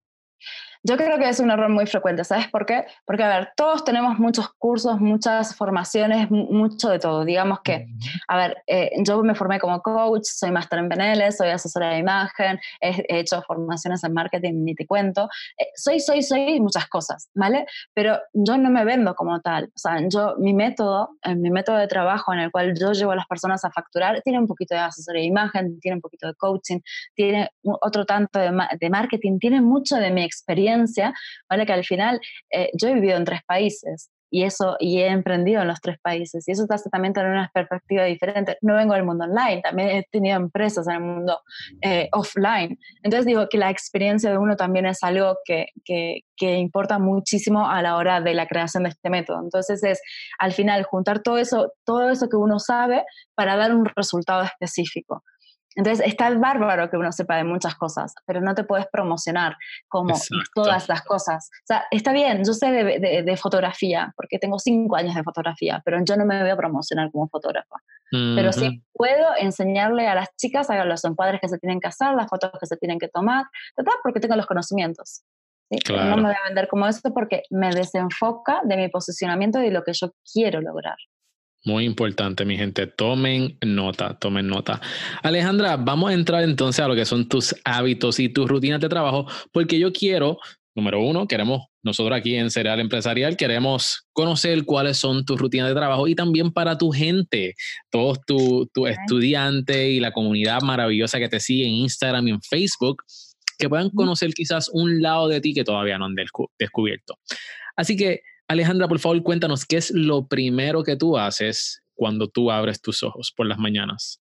Yo creo que es un error muy frecuente, ¿sabes por qué? Porque, a ver, todos tenemos muchos cursos, muchas formaciones, mucho de todo. Digamos que, a ver, eh, yo me formé como coach, soy máster en P N L, soy asesora de imagen, he, he hecho formaciones en marketing, ni te cuento. Eh, soy, soy, soy muchas cosas, ¿vale? Pero yo no me vendo como tal. O sea, yo, mi método, eh, mi método de trabajo en el cual yo llevo a las personas a facturar, tiene un poquito de asesoría de imagen, tiene un poquito de coaching, tiene otro tanto de, ma- de marketing, tiene mucho de mi experiencia, ¿vale? Que al final eh, yo he vivido en tres países y eso y he emprendido en los tres países y eso te hace también tener una perspectiva diferente. No vengo del mundo online, también he tenido empresas en el mundo eh, offline. Entonces digo que la experiencia de uno también es algo que, que, que importa muchísimo a la hora de la creación de este método. Entonces es al final juntar todo eso, todo eso que uno sabe para dar un resultado específico. Entonces está bárbaro que uno sepa de muchas cosas, pero no te puedes promocionar como Exacto. todas las cosas. O sea, está bien, yo sé de, de, de fotografía, porque tengo cinco años de fotografía, pero yo no me voy a promocionar como fotógrafa. Uh-huh. Pero sí puedo enseñarle a las chicas a los encuadres que se tienen que hacer, las fotos que se tienen que tomar, ¿verdad? Porque tengo los conocimientos. ¿Sí? Claro. Pero no me voy a vender como eso porque me desenfoca de mi posicionamiento y de lo que yo quiero lograr. Muy importante, mi gente. Tomen nota, tomen nota. Alejandra, vamos a entrar entonces a lo que son tus hábitos y tus rutinas de trabajo, porque yo quiero, número uno, queremos, nosotros aquí en Cereal Empresarial, queremos conocer cuáles son tus rutinas de trabajo y también para tu gente, todos tus tu estudiantes y la comunidad maravillosa que te sigue en Instagram y en Facebook, que puedan conocer quizás un lado de ti que todavía no han descu- descubierto. Así que, Alejandra, por favor, cuéntanos, ¿qué es lo primero que tú haces cuando tú abres tus ojos por las mañanas?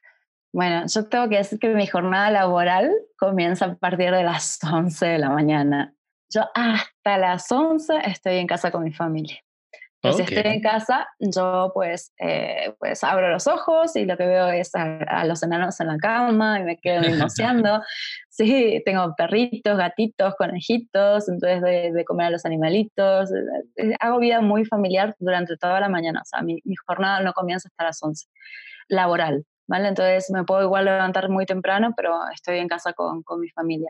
Bueno, yo tengo que decir que mi jornada laboral comienza a partir de las once de la mañana. Yo hasta las once estoy en casa con mi familia. Entonces, okay. Si estoy en casa, yo pues, eh, pues abro los ojos y lo que veo es a, a los enanos en la cama y me quedo mimoseando. Sí, tengo perritos, gatitos, conejitos, entonces doy de comer a los animalitos. Hago vida muy familiar durante toda la mañana. O sea, mi, mi jornada no comienza hasta las once, laboral, ¿vale? Entonces me puedo igual levantar muy temprano, pero estoy en casa con, con mi familia.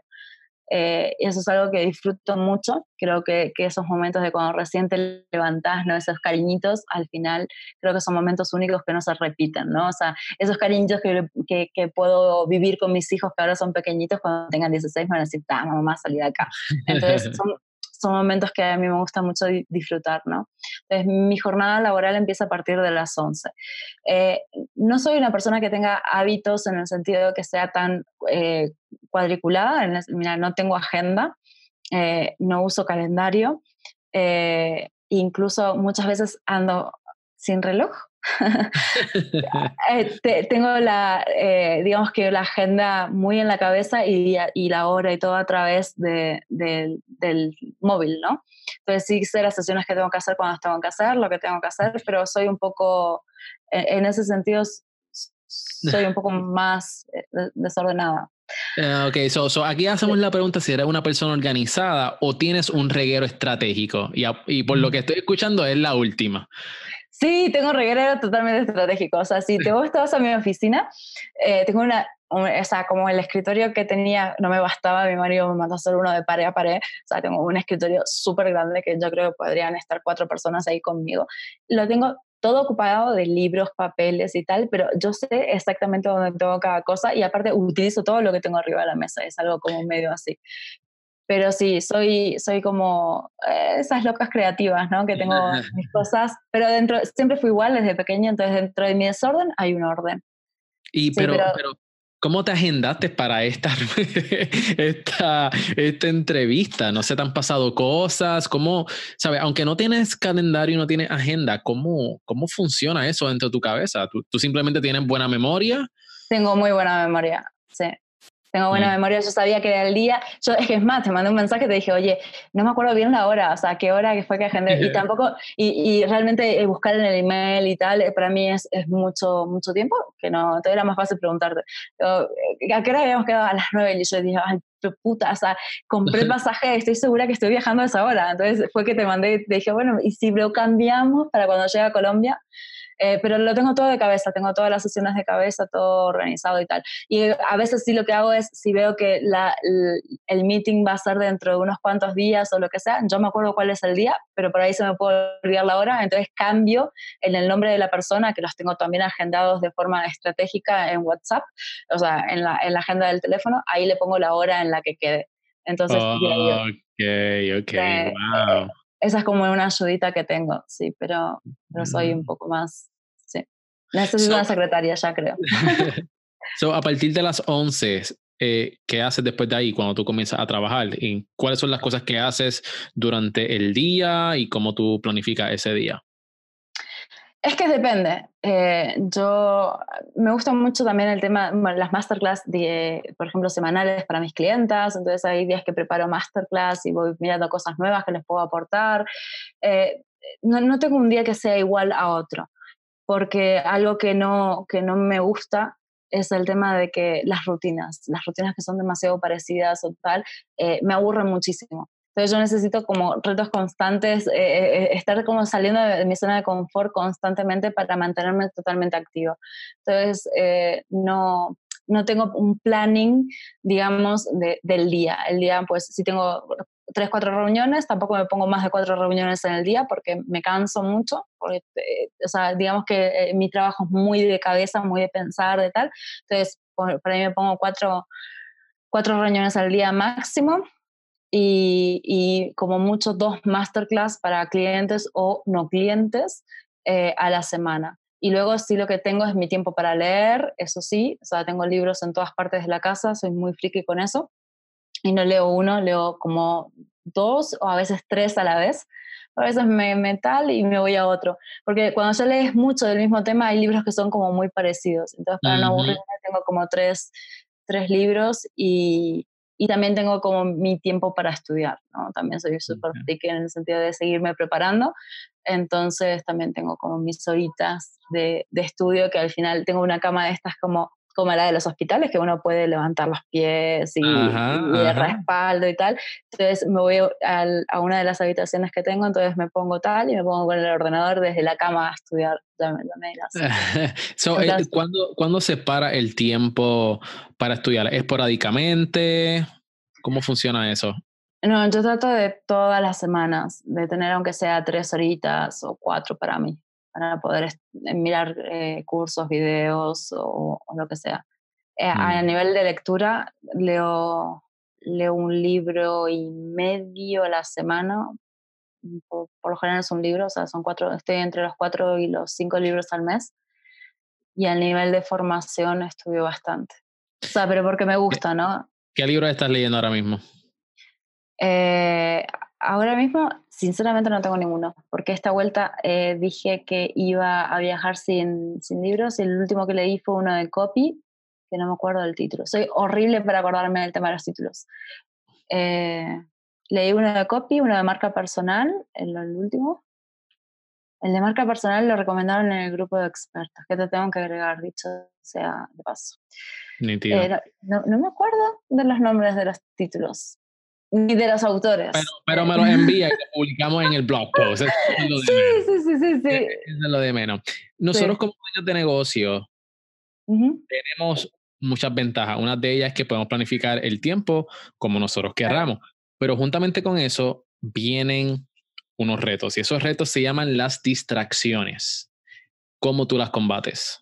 Eh, eso es algo que disfruto mucho. Creo que, que esos momentos de cuando recién te levantás, ¿no? Esos cariñitos, al final creo que son momentos únicos que no se repiten, ¿no? O sea, esos cariñitos que, que, que puedo vivir con mis hijos que ahora son pequeñitos, cuando tengan dieciséis me van a decir, ¡ah, mamá, salí de acá! Entonces son, son momentos que a mí me gusta mucho disfrutar, ¿no? Entonces mi jornada laboral empieza a partir de las once. Eh, no soy una persona que tenga hábitos en el sentido de que sea tan eh, cuadriculada. En el, mira, no tengo agenda, eh, no uso calendario, eh, incluso muchas veces ando sin reloj. eh, te, tengo la, eh, digamos que la agenda muy en la cabeza y, y la hora y todo a través de, de, del móvil, ¿no? Entonces sí sé las sesiones que tengo que hacer cuando tengo que hacer, lo que tengo que hacer, pero soy un poco, en, en ese sentido, soy un poco más desordenada. Uh, ok, so, so aquí hacemos la pregunta si eres una persona organizada o tienes un reguero estratégico. Y, a, y por lo que estoy escuchando es la última. Sí, tengo un reguero totalmente estratégico. O sea, si te vos te vas a mi oficina, eh, tengo una, un, o sea, como el escritorio que tenía no me bastaba, mi marido me mandó a hacer uno de pared a pared. O sea, tengo un escritorio súper grande que yo creo que podrían estar cuatro personas ahí conmigo. Lo tengo todo ocupado de libros, papeles y tal, pero yo sé exactamente dónde tengo cada cosa y aparte utilizo todo lo que tengo arriba de la mesa. Es algo como medio así. Pero sí, soy, soy como eh, esas locas creativas, ¿no? Que tengo mis cosas, pero dentro, siempre fui igual desde pequeña, entonces dentro de mi desorden hay un orden. Y sí, pero, pero, pero, ¿cómo te agendaste para esta, esta, esta entrevista? No sé, ¿te han pasado cosas? ¿Cómo, sabes? Aunque no tienes calendario y no tienes agenda, ¿cómo, cómo funciona eso dentro de tu cabeza? ¿Tú, tú simplemente tienes buena memoria? Tengo muy buena memoria, sí. tengo buena Mm. memoria, yo sabía que era el día, yo es que es más, te mandé un mensaje, te dije, oye, no me acuerdo bien la hora, o sea, qué hora que fue que agendé, y tampoco, y, y realmente eh, buscar en el email y tal, eh, para mí es, es mucho, mucho tiempo, que no, todavía era más fácil preguntarte, yo, eh, ¿a qué hora habíamos quedado? A las nueve, y yo dije, ay, puta, o sea, compré el pasaje, estoy segura que estoy viajando a esa hora, entonces fue que te mandé, te dije, bueno, ¿y si lo cambiamos para cuando llegue a Colombia? Eh, pero lo tengo todo de cabeza, tengo todas las sesiones de cabeza, todo organizado y tal. Y a veces sí lo que hago es, si veo que la, el, el meeting va a ser dentro de unos cuantos días o lo que sea, yo me acuerdo cuál es el día, pero por ahí se me puede olvidar la hora, entonces cambio en el nombre de la persona, que los tengo también agendados de forma estratégica en WhatsApp, o sea, en la, en la agenda del teléfono, ahí le pongo la hora en la que quede. Entonces, diario. Ok, ok, Eh, wow. esa es como una ayudita que tengo, sí, pero, pero soy un poco más, sí. Necesito So, una secretaria ya, creo. so, a partir de las once, eh, ¿qué haces después de ahí cuando tú comienzas a trabajar? ¿Y cuáles son las cosas que haces durante el día y cómo tú planificas ese día? Es que depende. Eh, yo me gusta mucho también el tema, bueno, las masterclass, de, por ejemplo, semanales para mis clientas. Entonces hay días que preparo masterclass y voy mirando cosas nuevas que les puedo aportar. Eh, no, no tengo un día que sea igual a otro, porque algo que no, que no me gusta es el tema de que las rutinas, las rutinas que son demasiado parecidas o tal, eh, me aburren muchísimo. Entonces yo necesito como retos constantes, eh, eh, estar como saliendo de, de mi zona de confort constantemente para mantenerme totalmente activa. Entonces eh, no, no tengo un planning, digamos, de, del día. El día, pues, si tengo tres, cuatro reuniones, tampoco me pongo más de cuatro reuniones en el día porque me canso mucho, porque, eh, o sea, digamos que eh, mi trabajo es muy de cabeza, muy de pensar, de tal. Entonces, por, por ahí me pongo cuatro, cuatro reuniones al día máximo. Y, y como mucho dos masterclass para clientes o no clientes eh, a la semana. Y luego sí lo que tengo es mi tiempo para leer, eso sí, o sea, tengo libros en todas partes de la casa, soy muy friki con eso. Y no leo uno, leo como dos o a veces tres a la vez. A veces me, me tal y me voy a otro. Porque cuando ya lees mucho del mismo tema, hay libros que son como muy parecidos. Entonces, para no Ujú. aburrirme, tengo como tres, tres libros y, y también tengo como mi tiempo para estudiar, ¿no? También soy súper Okay. friki en el sentido de seguirme preparando. Entonces, también tengo como mis horitas de, de estudio, que al final tengo una cama de estas como como la de los hospitales, que uno puede levantar los pies y, y Ajá, de ajá. respaldo y tal. Entonces me voy al, a una de las habitaciones que tengo, entonces me pongo tal y me pongo con el ordenador desde la cama a estudiar. Ya me, ya me dirás. So, eh, Entonces, ¿cuándo, ¿cuándo se para el tiempo para estudiar? ¿Esporádicamente? ¿Cómo funciona eso? no, yo trato de todas las semanas, de tener aunque sea tres horitas o cuatro para mí, para poder est- mirar eh, cursos, videos o, o lo que sea. Eh, a Mm. nivel de lectura, leo, leo un libro y medio a la semana. Por, por lo general es un libro, o sea, son cuatro, estoy entre los cuatro y los cinco libros al mes. Y a nivel de formación estudio bastante. O sea, pero porque me ¿Qué, gusta, ¿no? qué libro estás leyendo ahora mismo? Eh, ahora mismo, sinceramente, no tengo ninguno, porque esta vuelta eh, dije que iba a viajar sin, sin libros y el último que leí fue uno de copy, que no me acuerdo del título. Soy horrible para acordarme del tema de los títulos. Eh, leí uno de copy, uno de marca personal, el, el último. El de marca personal lo recomendaron en el grupo de expertos, que te tengo que agregar, dicho sea de paso. Nítido. Eh, no, no, no me acuerdo de los nombres de los títulos, ni de los Pero, autores. pero Eh, me lo envía y lo publicamos en el blog post. Eso es lo de sí, menos. sí, sí, sí, Eh, sí. Eso es lo de menos. Nosotros Sí. como dueños de negocio Ujú. tenemos muchas ventajas. Una de ellas es que podemos planificar el tiempo como nosotros Claro. querramos. Pero juntamente con eso vienen unos retos y esos retos se llaman las distracciones. ¿Cómo tú las combates?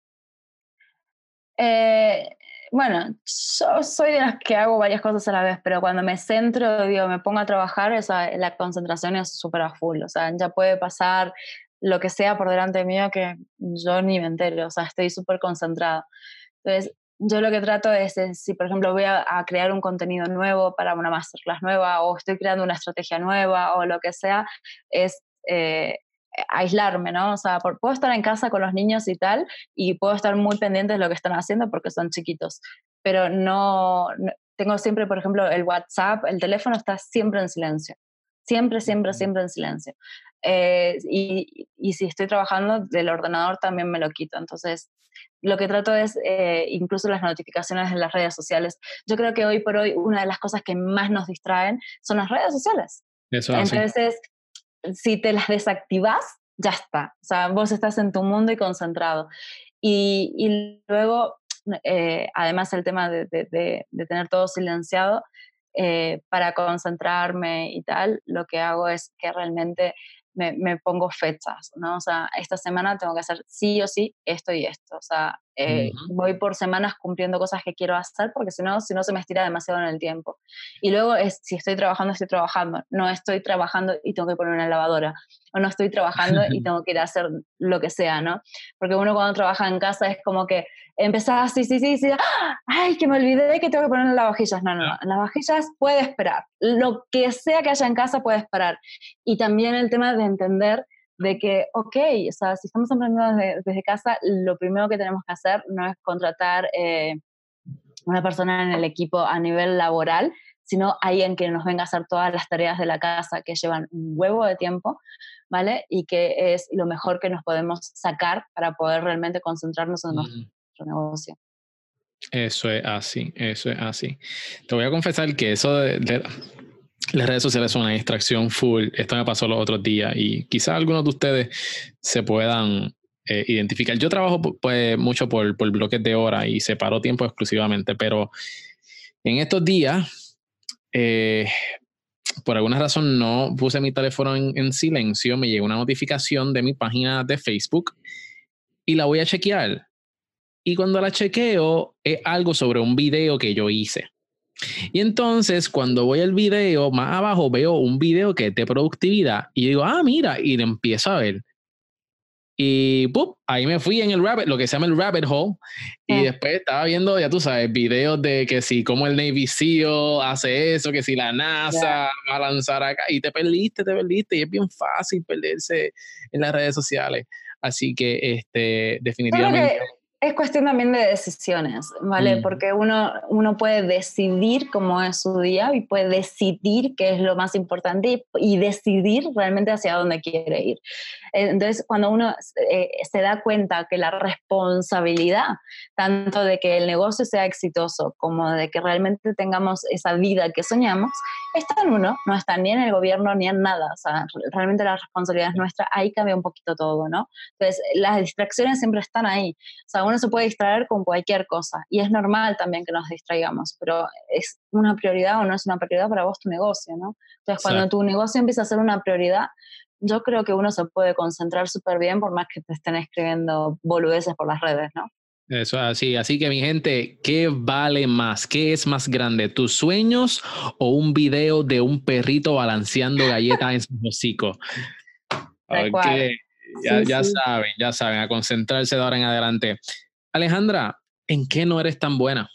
Eh, bueno, yo soy de las que hago varias cosas a la vez, pero cuando me centro, digo, me pongo a trabajar, esa, la concentración es súper a full. O sea, ya puede pasar lo que sea por delante mío que yo ni me entero. O sea, estoy súper concentrada. Entonces, yo lo que trato es, es si por ejemplo voy a, a crear un contenido nuevo para una masterclass nueva o estoy creando una estrategia nueva o lo que sea, es eh, aislarme, ¿no? O sea, por, puedo estar en casa con los niños y tal y puedo estar muy pendiente de lo que están haciendo porque son chiquitos, pero no, no, tengo siempre, por ejemplo, el WhatsApp, el teléfono está siempre en silencio, siempre, siempre, siempre en silencio. Eh, y, y si estoy trabajando del ordenador también me lo quito, entonces lo que trato es eh, incluso las notificaciones de las redes sociales. Yo creo que hoy por hoy una de las cosas que más nos distraen son las redes sociales. Eso es así. Entonces, si te las desactivas, ya está. O sea, vos estás en tu mundo y concentrado. Y, y luego, eh, además el tema de, de, de, de tener todo silenciado, eh, para concentrarme y tal, lo que hago es que realmente me, me pongo fechas, ¿no? O sea, esta semana tengo que hacer sí o sí esto y esto. O sea, eh, Uh-huh. voy por semanas cumpliendo cosas que quiero hacer porque si no, si no se me estira demasiado en el tiempo. Y luego es, si estoy trabajando, estoy trabajando. No estoy trabajando y tengo que poner una lavadora. O no estoy trabajando y tengo que ir a hacer lo que sea, ¿no? Porque uno cuando trabaja en casa es como que empezás, sí, sí, sí, sí, ay, que me olvidé que tengo que poner en las vajillas. No, no, no, en las vajillas puede esperar. Lo que sea que haya en casa puede esperar. Y también el tema de entender de que, ok, o sea, si estamos emprendiendo desde, desde casa, lo primero que tenemos que hacer no es contratar eh, una persona en el equipo a nivel laboral, sino alguien que nos venga a hacer todas las tareas de la casa que llevan un huevo de tiempo, ¿vale? Y que es lo mejor que nos podemos sacar para poder realmente concentrarnos en nuestro Uh-huh. negocio. Eso es así, eso es así. Te voy a confesar que eso de, de las redes sociales son una distracción full. Esto me pasó los otros días y quizás algunos de ustedes se puedan eh, identificar. Yo trabajo pues mucho por, por bloques de horas y separo tiempo exclusivamente, pero en estos días, eh, por alguna razón no puse mi teléfono en, en silencio, me llegó una notificación de mi página de Facebook y la voy a chequear. Y cuando la chequeo, es algo sobre un video que yo hice. Y entonces, cuando voy al video, más abajo veo un video que es de productividad y digo, ah, mira, y le empiezo a ver. Y ¡pum! Ahí me fui en el rabbit, lo que se llama el rabbit hole. Y Sí. después estaba viendo, ya tú sabes, videos de que si como el Navy SEAL hace eso, que si la NASA Yeah. va a lanzar acá. Y te perdiste, te perdiste. Y es bien fácil perderse en las redes sociales. Así que este, Yo creo definitivamente... que es cuestión también de decisiones, ¿vale? Mm. Porque uno, uno puede decidir cómo es su día y puede decidir qué es lo más importante y, y decidir realmente hacia dónde quiere ir. Entonces, cuando uno eh, se da cuenta que la responsabilidad, tanto de que el negocio sea exitoso como de que realmente tengamos esa vida que soñamos, está en uno, no está ni en el gobierno ni en nada. O sea, realmente la responsabilidad es nuestra, ahí cambia un poquito todo, ¿no? Entonces, las distracciones siempre están ahí. O sea, uno se puede distraer con cualquier cosa y es normal también que nos distraigamos, pero ¿es una prioridad o no es una prioridad para vos tu negocio, ¿no? Entonces, cuando Exacto. tu negocio empieza a ser una prioridad, yo creo que uno se puede concentrar súper bien por más que te estén escribiendo boludeces por las redes, ¿no? Eso es así. Así que mi gente, ¿qué vale más? ¿Qué es más grande? ¿Tus sueños o un video de un perrito balanceando galletas en su hocico? Tal Ok, cual. ya, Sí, ya sí. saben, ya saben, a concentrarse de ahora en adelante. Alejandra, ¿en qué no eres tan buena?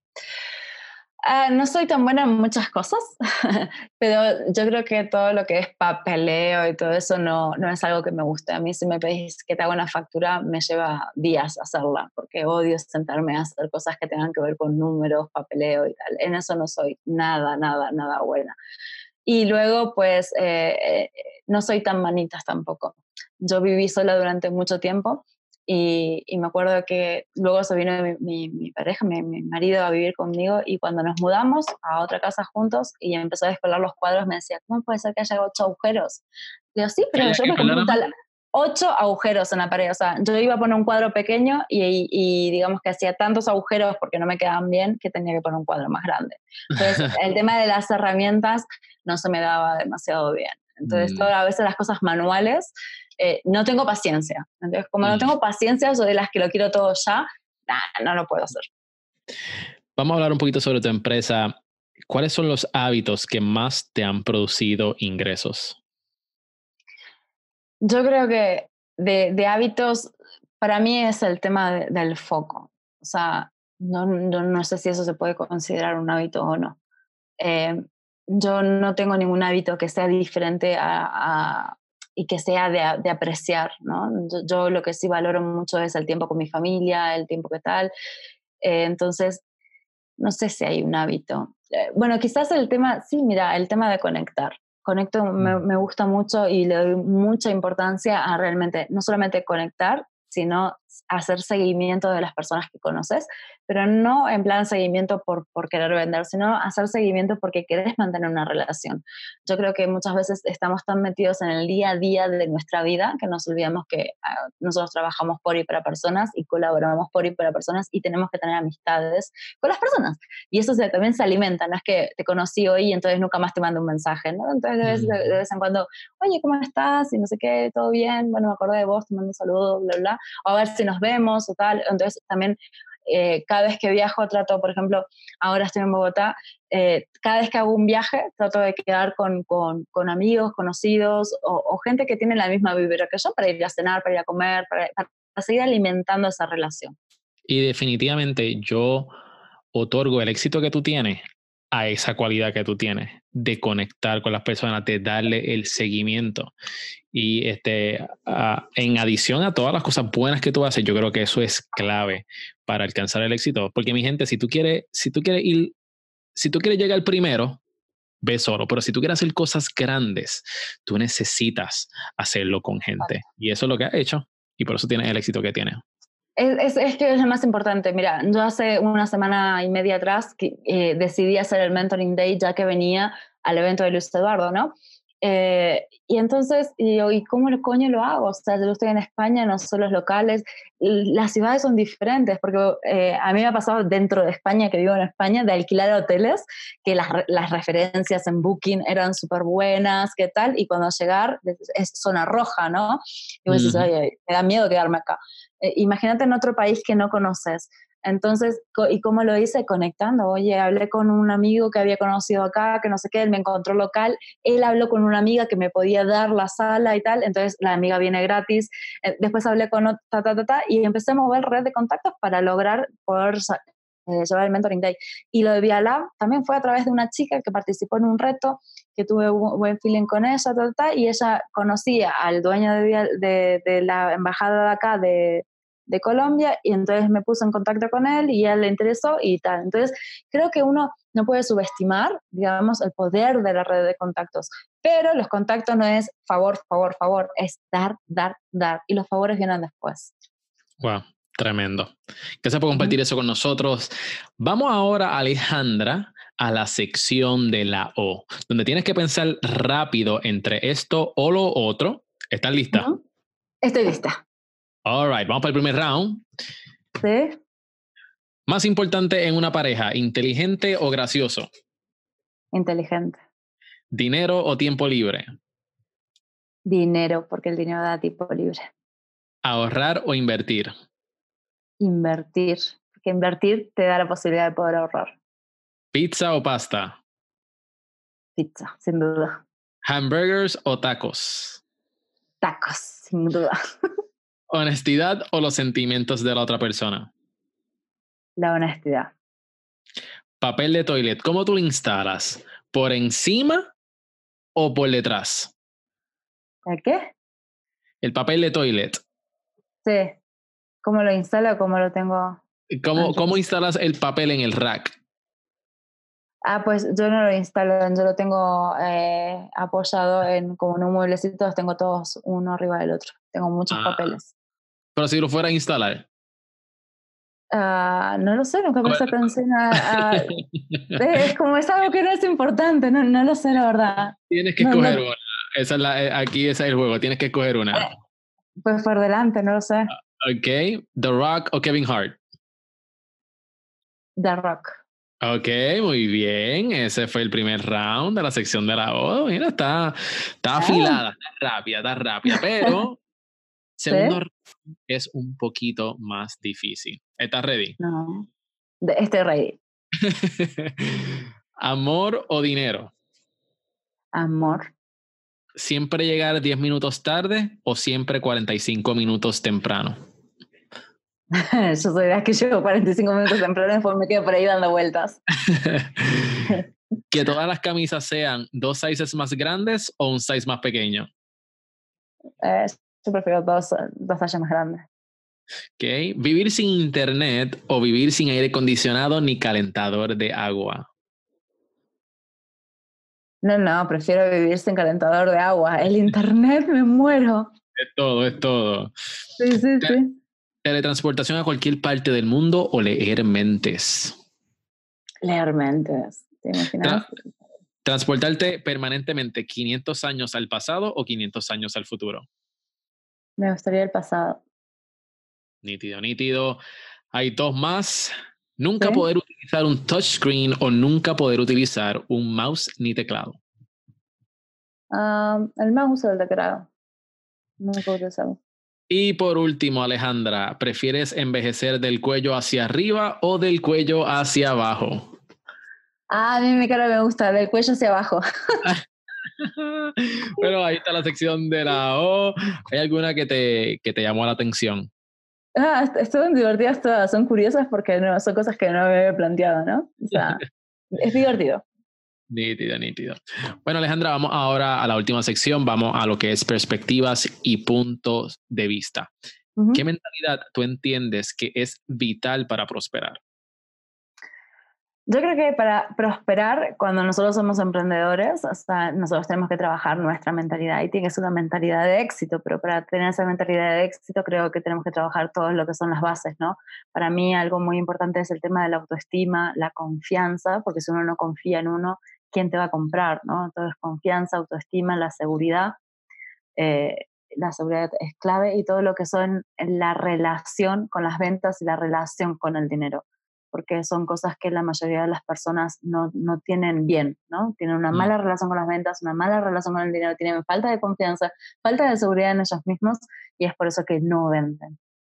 Uh, no soy tan buena en muchas cosas, pero yo creo que todo lo que es papeleo y todo eso no, no es algo que me guste. A mí si me pedís que te haga una factura, me lleva días hacerla, porque odio sentarme a hacer cosas que tengan que ver con números, papeleo y tal. En eso no soy nada, nada, nada buena. Y luego, pues, eh, eh, no soy tan manitas tampoco. Yo viví sola durante mucho tiempo. Y, y me acuerdo que luego se vino mi, mi, mi pareja, mi, mi marido a vivir conmigo y cuando nos mudamos a otra casa juntos y empezó a descolar los cuadros me decía, ¿cómo puede ser que haya ocho agujeros? Le digo, sí, ¿Qué, pero yo qué, me compré un perdóname? tal... Ocho agujeros en la pared, o sea, yo iba a poner un cuadro pequeño y, y, y digamos que hacía tantos agujeros porque no me quedaban bien que tenía que poner un cuadro más grande. Entonces, el tema de las herramientas no se me daba demasiado bien. Entonces, Mm, todas a veces las cosas manuales Eh, no tengo paciencia. Entonces, como no mm. tengo paciencia, soy de las que lo quiero todo ya, nah, no lo puedo hacer. Vamos a hablar un poquito sobre tu empresa. ¿Cuáles son los hábitos que más te han producido ingresos? Yo creo que de, de hábitos, para mí es el tema de, del foco. O sea, no, no, no sé si eso se puede considerar un hábito o no. Eh, yo no tengo ningún hábito que sea diferente a, a, y que sea de, de apreciar, ¿no? Yo, yo lo que sí valoro mucho es el tiempo con mi familia, el tiempo que tal. Eh, entonces, no sé si hay un hábito. Eh, bueno, quizás el tema, sí, mira, el tema de conectar. Conecto, me, me gusta mucho y le doy mucha importancia a realmente, no solamente conectar, sino hacer seguimiento de las personas que conoces, pero no en plan seguimiento por, por querer vender, sino hacer seguimiento porque querés mantener una relación. Yo creo que muchas veces estamos tan metidos en el día a día de nuestra vida que nos olvidamos que uh, nosotros trabajamos por y para personas y colaboramos por y para personas y tenemos que tener amistades con las personas. Y eso se, también se alimenta, no es que te conocí hoy y entonces nunca más te mando un mensaje, ¿no? Entonces de vez, de, de vez en cuando, oye, ¿cómo estás? Y no sé qué, ¿todo bien? Bueno, me acordé de vos, te mando un saludo, bla, bla, o a ver si nos vemos o tal. Entonces también eh, cada vez que viajo trato, por ejemplo, ahora estoy en Bogotá, eh, cada vez que hago un viaje trato de quedar con, con, con amigos, conocidos o, o gente que tiene la misma vibra que yo para ir a cenar, para ir a comer, para, para seguir alimentando esa relación. Y definitivamente yo otorgo el éxito que tú tienes a esa cualidad que tú tienes de conectar con las personas, de darle el seguimiento. Y este, uh, en adición a todas las cosas buenas que tú haces, yo creo que eso es clave para alcanzar el éxito. Porque mi gente, si tú quieres, si tú quieres ir, si tú quieres llegar primero, ve solo. Pero si tú quieres hacer cosas grandes, tú necesitas hacerlo con gente. Y eso es lo que has hecho. Y por eso tienes el éxito que tienes. Es, es, es que es lo más importante. Mira, yo hace una semana y media atrás que, eh, decidí hacer el Mentoring Day ya que venía al evento de Luis Eduardo, ¿no? Eh, y entonces, y yo, ¿y cómo el coño lo hago? O sea, yo estoy en España, no solo los locales, las ciudades son diferentes, porque eh, a mí me ha pasado dentro de España, que vivo en España, de alquilar hoteles, que las, las referencias en Booking eran súper buenas, ¿qué tal? Y cuando llegar, es zona roja, ¿no? Y vos dices, oye, me da miedo quedarme acá. Eh, imagínate en otro país que no conoces. Entonces, ¿y cómo lo hice? Conectando. Oye, hablé con un amigo que había conocido acá, que no sé qué, él me encontró local, él habló con una amiga que me podía dar la sala y tal, entonces la amiga viene gratis, después hablé con otra, ta, ta, ta, ta, y empecé a mover red de contactos para lograr poder eh, llevar el Mentoring Day. Y lo de Vialab también fue a través de una chica que participó en un reto, que tuve un buen feeling con ella, ta, ta, ta, y ella conocía al dueño de, de, de la embajada de acá, de de Colombia, y entonces me puse en contacto con él y a él le interesó y tal. Entonces, creo que uno no puede subestimar, digamos, el poder de la red de contactos, pero los contactos no es favor, favor, favor, es dar, dar, dar, y los favores vienen después. Wow, tremendo. Gracias por compartir uh-huh. eso con nosotros. Vamos ahora, Alejandra, a la sección de la O, donde tienes que pensar rápido entre esto o lo otro. ¿Estás lista? Uh-huh. Estoy lista. All right, vamos para el primer round. Sí. Más importante en una pareja, ¿inteligente o gracioso? Inteligente. ¿Dinero o tiempo libre? Dinero, porque el dinero da tiempo libre. ¿Ahorrar o invertir? Invertir, porque invertir te da la posibilidad de poder ahorrar. ¿Pizza o pasta? Pizza, sin duda. ¿Hamburgers o tacos? Tacos, sin duda. ¿Honestidad o los sentimientos de la otra persona? La honestidad. Papel de toilet, ¿cómo tú lo instalas? ¿Por encima o por detrás? ¿El qué? El papel de toilet. Sí. ¿Cómo lo instalo o cómo lo tengo? ¿Cómo, ¿Cómo instalas el papel en el rack? Ah, pues yo no lo instalo, yo lo tengo eh, apoyado en como en un mueblecito, los tengo todos uno arriba del otro. Tengo muchos ah, papeles. Pero si lo fuera a instalar. Uh, no lo sé, nunca pensé, pensé en... Uh, es como es algo que no es importante, no, no lo sé, la verdad. Tienes que no, escoger no. una. Esa es la, aquí ese es el juego, tienes que escoger una. Eh, pues por delante, no lo sé. Ok, The Rock o Kevin Hart. The Rock. Ok, muy bien. Ese fue el primer round de la sección de la O. Mira, está, está afilada, está rápida, está rápida, pero segundo round es un poquito más difícil. ¿Estás ready? No, estoy ready. ¿Amor o dinero? Amor. ¿Siempre llegar diez minutos tarde o siempre cuarenta y cinco minutos temprano? Yo soy de las que llego cuarenta y cinco minutos temprano y después me quedo por ahí dando vueltas. ¿Que todas las camisas sean dos sizes más grandes o un size más pequeño? Eh, yo prefiero dos, dos tallas más grandes. Okay. ¿Vivir sin internet o vivir sin aire acondicionado ni calentador de agua? No, no, prefiero vivir sin calentador de agua. El internet me muero. Es todo, es todo. Sí, sí, Te- sí. Teletransportación a cualquier parte del mundo o leer mentes. Leer mentes, ¿te imaginas? Tra- transportarte permanentemente quinientos años al pasado o quinientos años al futuro. Me gustaría el pasado. Nítido, nítido. Hay dos más. Nunca ¿Sí? poder utilizar un touchscreen o nunca poder utilizar un mouse ni teclado. Ah, el mouse o el teclado. No me puedo usar. Y por último, Alejandra, ¿prefieres envejecer del cuello hacia arriba o del cuello hacia abajo? Ah, a mí mi cara me gusta, del cuello hacia abajo. Pero ahí está la sección de la O. ¿Hay alguna que te, que te llamó la atención? Ah, est- están divertidas todas, son curiosas porque no, son cosas que no me había planteado, ¿no? O sea, es divertido. Nítido, nítido. Bueno, Alejandra, vamos ahora a la última sección. Vamos a lo que es perspectivas y puntos de vista. Ujú. ¿Qué mentalidad tú entiendes que es vital para prosperar? Yo creo que para prosperar, cuando nosotros somos emprendedores, o sea, nosotros tenemos que trabajar nuestra mentalidad y tiene que ser una mentalidad de éxito, pero para tener esa mentalidad de éxito creo que tenemos que trabajar todo lo que son las bases, ¿no? Para mí algo muy importante es el tema de la autoestima, la confianza, porque si uno no confía en uno, ¿quién te va a comprar, no? Entonces, confianza, autoestima, la seguridad. eh, la seguridad es clave y todo lo que son la relación con las ventas y la relación con el dinero, porque son cosas que la mayoría de las personas no, no tienen bien, ¿no? Tienen una Mm. mala relación con las ventas, una mala relación con el dinero, tienen falta de confianza, falta de seguridad en ellos mismos y es por eso que no venden.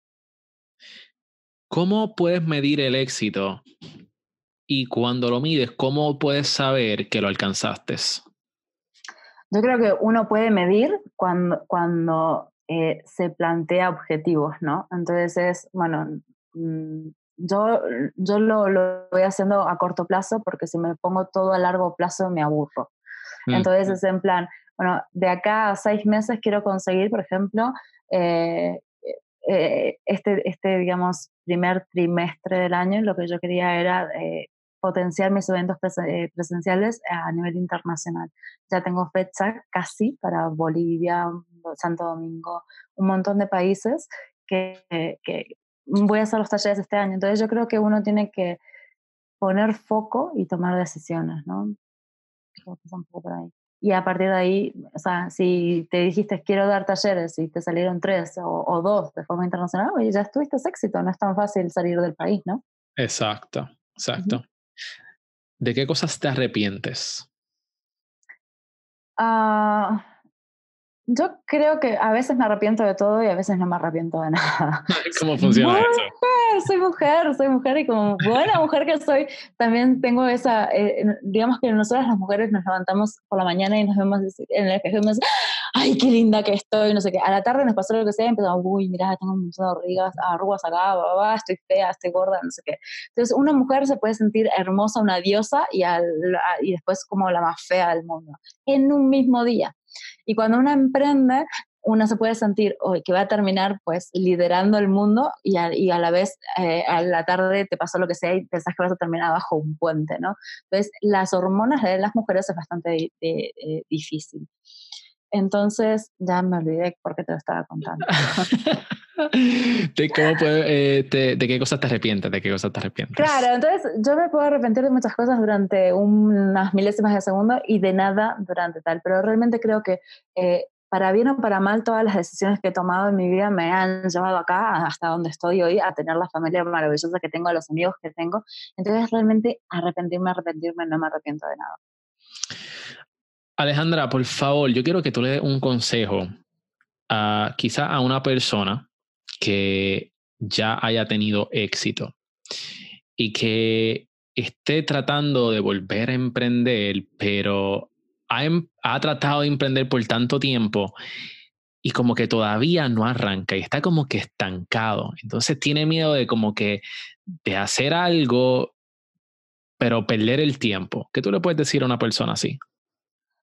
¿Cómo puedes medir el éxito? Y cuando lo mides, ¿cómo puedes saber que lo alcanzaste? Yo creo que uno puede medir cuando, cuando eh, se plantea objetivos, ¿no? Entonces es, bueno, mm, yo, yo lo, lo voy haciendo a corto plazo porque si me pongo todo a largo plazo me aburro. Mm. Entonces es en plan, bueno, de acá a seis meses quiero conseguir, por ejemplo, eh, eh, este, este, digamos, primer trimestre del año, lo que yo quería era eh, potenciar mis eventos pres eh, presenciales a nivel internacional. Ya tengo fecha casi para Bolivia, Santo Domingo, un montón de países que, que voy a hacer los talleres este año. Entonces yo creo que uno tiene que poner foco y tomar decisiones, ¿no? Creo que es un poco por ahí. Y a partir de ahí, o sea, si te dijiste quiero dar talleres y te salieron tres o, o dos de forma internacional, oye, ya tuviste éxito, no es tan fácil salir del país, ¿no? Exacto, exacto. Ujú. ¿De qué cosas te arrepientes? Ah, yo creo que a veces me arrepiento de todo y a veces no me arrepiento de nada. ¿Cómo Soy funciona eso? mujer, soy mujer, soy mujer y como buena mujer que soy, también tengo esa, eh, digamos que nosotras las mujeres nos levantamos por la mañana y nos vemos en el espejo y nos ay, qué linda que estoy, no sé qué. A la tarde nos pasó lo que sea y empezamos, uy, mirá, tengo un montón de arrugas, arrugas acá, bla, bla, estoy fea, estoy gorda, no sé qué. Entonces, una mujer se puede sentir hermosa, una diosa, y, al, y después como la más fea del mundo, en un mismo día. Y cuando una emprende, una se puede sentir oh, que va a terminar pues liderando el mundo y a, y a la vez eh, a la tarde te pasó lo que sea y pensás que vas a terminar bajo un puente, ¿no? Entonces, las hormonas de las mujeres es bastante de, de, de, difícil. Entonces, ya me olvidé por qué te lo estaba contando. ¿De, cómo puede, eh, te, ¿De qué cosas te arrepientes? ¿De qué cosas te arrepientes? Claro, entonces yo me puedo arrepentir de muchas cosas durante unas milésimas de segundo y de nada durante tal, pero realmente creo que eh, para bien o para mal todas las decisiones que he tomado en mi vida me han llevado acá hasta donde estoy hoy, a tener la familia maravillosa que tengo, a los amigos que tengo. Entonces realmente arrepentirme, arrepentirme, no me arrepiento de nada. Alejandra, por favor, yo quiero que tú le des un consejo a quizá a una persona que ya haya tenido éxito y que esté tratando de volver a emprender, pero ha, ha tratado de emprender por tanto tiempo y como que todavía no arranca y está como que estancado. Entonces tiene miedo de como que de hacer algo, pero perder el tiempo. ¿Qué tú le puedes decir a una persona así?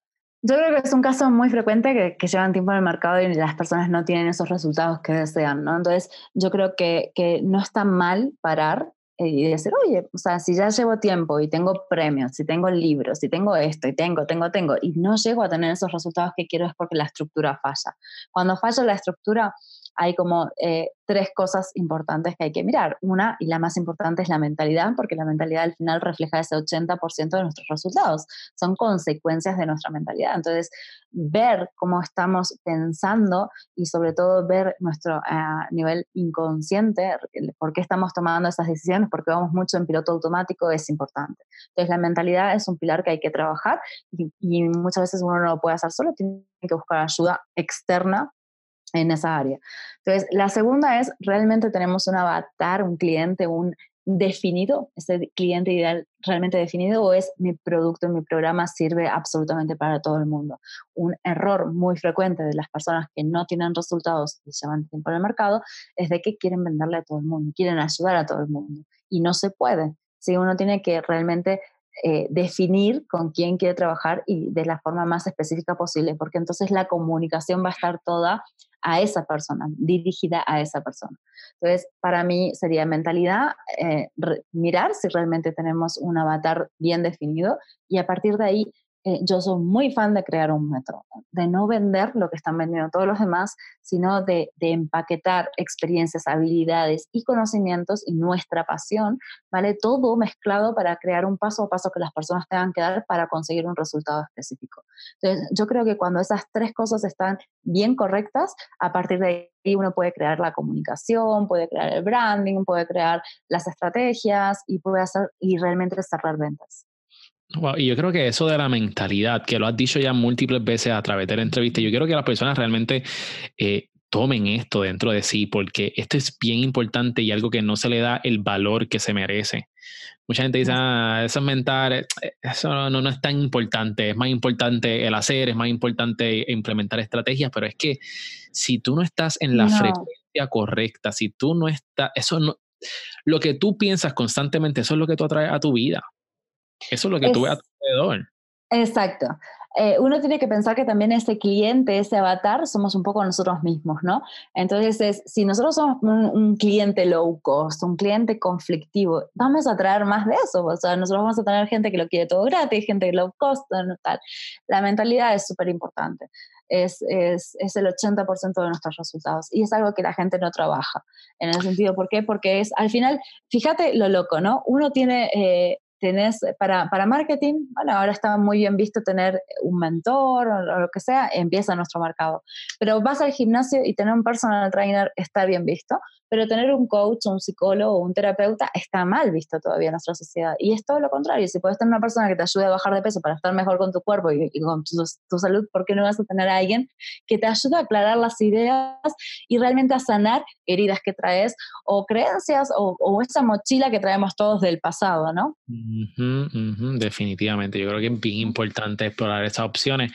Yo creo que es un caso muy frecuente que, que llevan tiempo en el mercado y las personas no tienen esos resultados que desean, ¿no? Entonces, yo creo que, que no está mal parar eh, y decir, oye, o sea, si ya llevo tiempo y tengo premios, si tengo libros, si tengo esto y tengo, tengo, tengo, y no llego a tener esos resultados que quiero es porque la estructura falla. Cuando falla la estructura, hay como eh, tres cosas importantes que hay que mirar. Una, y la más importante, es la mentalidad, porque la mentalidad al final refleja ese ochenta por ciento de nuestros resultados. Son consecuencias de nuestra mentalidad. Entonces, ver cómo estamos pensando y sobre todo ver nuestro uh, nivel inconsciente, por qué estamos tomando esas decisiones, porque vamos mucho en piloto automático, es importante. Entonces, la mentalidad es un pilar que hay que trabajar y, y muchas veces uno no lo puede hacer solo, tiene que buscar ayuda externa en esa área. Entonces, la segunda es, realmente tenemos un avatar, un cliente, un definido, ese cliente ideal realmente definido, o es mi producto, mi programa sirve absolutamente para todo el mundo. Un error muy frecuente de las personas que no tienen resultados y llevan tiempo en el mercado es de que quieren venderle a todo el mundo, quieren ayudar a todo el mundo y no se puede. Si uno tiene que realmente Eh, definir con quién quiere trabajar y de la forma más específica posible, porque entonces la comunicación va a estar toda a esa persona, dirigida a esa persona. Entonces, para mí sería mentalidad, eh, re, mirar si realmente tenemos un avatar bien definido y a partir de ahí eh, yo soy muy fan de crear un método, de no vender lo que están vendiendo todos los demás, sino de, de empaquetar experiencias, habilidades y conocimientos y nuestra pasión, ¿vale? Todo mezclado para crear un paso a paso que las personas tengan que dar para conseguir un resultado específico. Entonces, yo creo que cuando esas tres cosas están bien correctas, a partir de ahí uno puede crear la comunicación, puede crear el branding, puede crear las estrategias y puede hacer y realmente cerrar ventas. Wow, y yo creo que eso de la mentalidad, que lo has dicho ya múltiples veces a través de la entrevista, yo quiero que las personas realmente eh, tomen esto dentro de sí, porque esto es bien importante y algo que no se le da el valor que se merece. Mucha gente dice, ah, eso es mental, eso no, no es tan importante, es más importante el hacer, es más importante implementar estrategias, pero es que si tú no estás en la No. frecuencia correcta, si tú no estás, eso no, lo que tú piensas constantemente, eso es lo que tú atraes a tu vida. Eso es lo que tú ves a tu alrededor. Exacto. Eh, uno tiene que pensar que también ese cliente, ese avatar, somos un poco nosotros mismos, ¿no? Entonces, es, si nosotros somos un, un cliente low cost, un cliente conflictivo, vamos a traer más de eso. O sea, nosotros vamos a tener gente que lo quiere todo gratis, gente low cost, no, tal. La mentalidad es súper importante. Es, es, es el ochenta por ciento de nuestros resultados y es algo que la gente no trabaja. En el sentido, ¿por qué? Porque es, al final, fíjate lo loco, ¿no? Uno tiene... Eh, Tenés, para, para marketing, bueno, ahora está muy bien visto tener un mentor o lo que sea, empieza nuestro mercado. Pero vas al gimnasio y tener un personal trainer está bien visto, pero tener un coach, un psicólogo o un terapeuta está mal visto todavía en nuestra sociedad. Y es todo lo contrario. Si puedes tener una persona que te ayude a bajar de peso para estar mejor con tu cuerpo y, y con tu, tu salud, ¿por qué no vas a tener a alguien que te ayude a aclarar las ideas y realmente a sanar heridas que traes o creencias o, o esa mochila que traemos todos del pasado, ¿no? Uh-huh, uh-huh, definitivamente, yo creo que es bien importante explorar esas opciones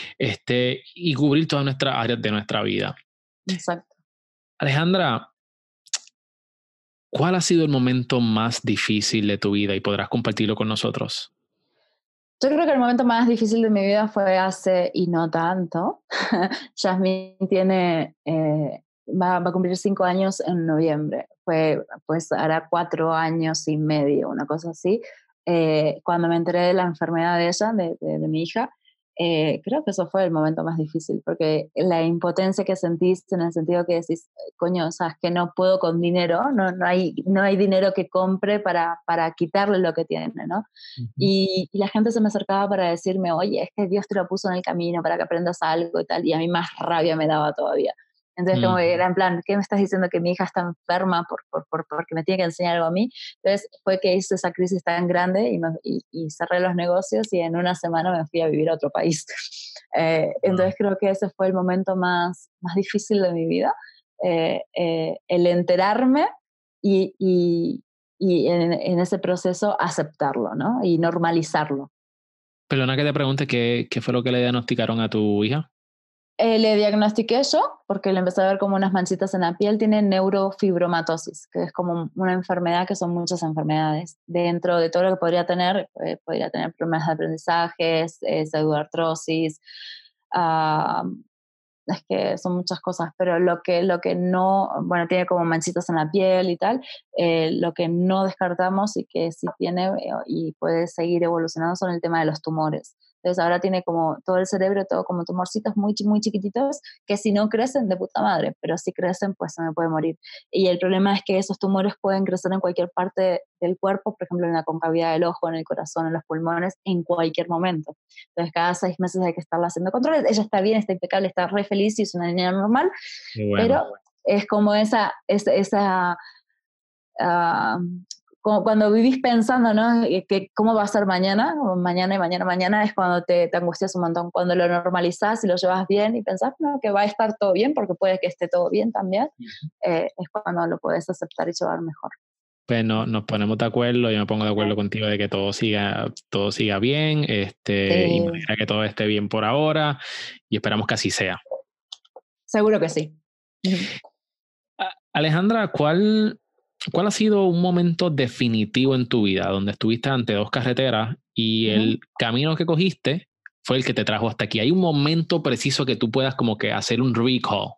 este, y cubrir todas nuestras áreas de nuestra vida. Exacto. Alejandra, ¿cuál ha sido el momento más difícil de tu vida y podrás compartirlo con nosotros? Yo creo que el momento más difícil de mi vida fue hace, y no tanto, Jasmine tiene, eh, va, va a cumplir cinco años en noviembre, fue, pues hará cuatro años y medio, una cosa así, eh, cuando me enteré de la enfermedad de ella, de, de, de mi hija. Eh, creo que eso fue el momento más difícil, porque la impotencia que sentiste en el sentido que decís, coño, o sea, es que no puedo con dinero, no, no, hay, no hay dinero que compre para, para quitarle lo que tiene, ¿no? Uh-huh. Y, y la gente se me acercaba para decirme, oye, es que Dios te lo puso en el camino para que aprendas algo y tal, y a mí más rabia me daba todavía. Entonces, como que era en plan, ¿qué me estás diciendo que mi hija está enferma por, por, por, porque me tiene que enseñar algo a mí? Entonces, fue que hice esa crisis tan grande y, me, y, y cerré los negocios y en una semana me fui a vivir a otro país. Eh, entonces, creo que ese fue el momento más, más difícil de mi vida, eh, eh, el enterarme y, y, y en, en ese proceso aceptarlo, ¿no? Y normalizarlo. Perdona que te pregunte, ¿qué, qué fue lo que le diagnosticaron a tu hija? Eh, le diagnostiqué yo, porque le empecé a ver como unas manchitas en la piel. Tiene neurofibromatosis, que es como una enfermedad, que son muchas enfermedades. Dentro de todo lo que podría tener, eh, podría tener problemas de aprendizaje, eh, pseudoartrosis, uh, es que son muchas cosas, pero lo que, lo que no, bueno, tiene como manchitas en la piel y tal, eh, lo que no descartamos y que sí tiene eh, y puede seguir evolucionando son el tema de los tumores. Entonces ahora tiene como todo el cerebro, todo como tumorcitos muy, muy chiquititos, que si no crecen, de puta madre, pero si crecen, pues se me puede morir. Y el problema es que esos tumores pueden crecer en cualquier parte del cuerpo, por ejemplo en la concavidad del ojo, en el corazón, en los pulmones, en cualquier momento. Entonces cada seis meses hay que estarla haciendo controles. Ella está bien, está impecable, está re feliz y es una niña normal, bueno, pero es como esa, esa, esa uh, como cuando vivís pensando, ¿no? Que cómo va a ser mañana, o mañana y mañana, mañana, es cuando te, te angustias un montón. Cuando lo normalizás y lo llevas bien y pensás, no, que va a estar todo bien, porque puede que esté todo bien también, eh, es cuando lo puedes aceptar y llevar mejor. Pues no, nos ponemos de acuerdo, yo me pongo de acuerdo contigo de que todo siga, todo siga bien, este, sí. Y me alegra que todo esté bien por ahora, y esperamos que así sea. Seguro que sí. Alejandra, ¿cuál, ¿cuál ha sido un momento definitivo en tu vida donde estuviste ante dos carreteras y uh-huh. el camino que cogiste fue el que te trajo hasta aquí? ¿Hay un momento preciso que tú puedas como que hacer un recall?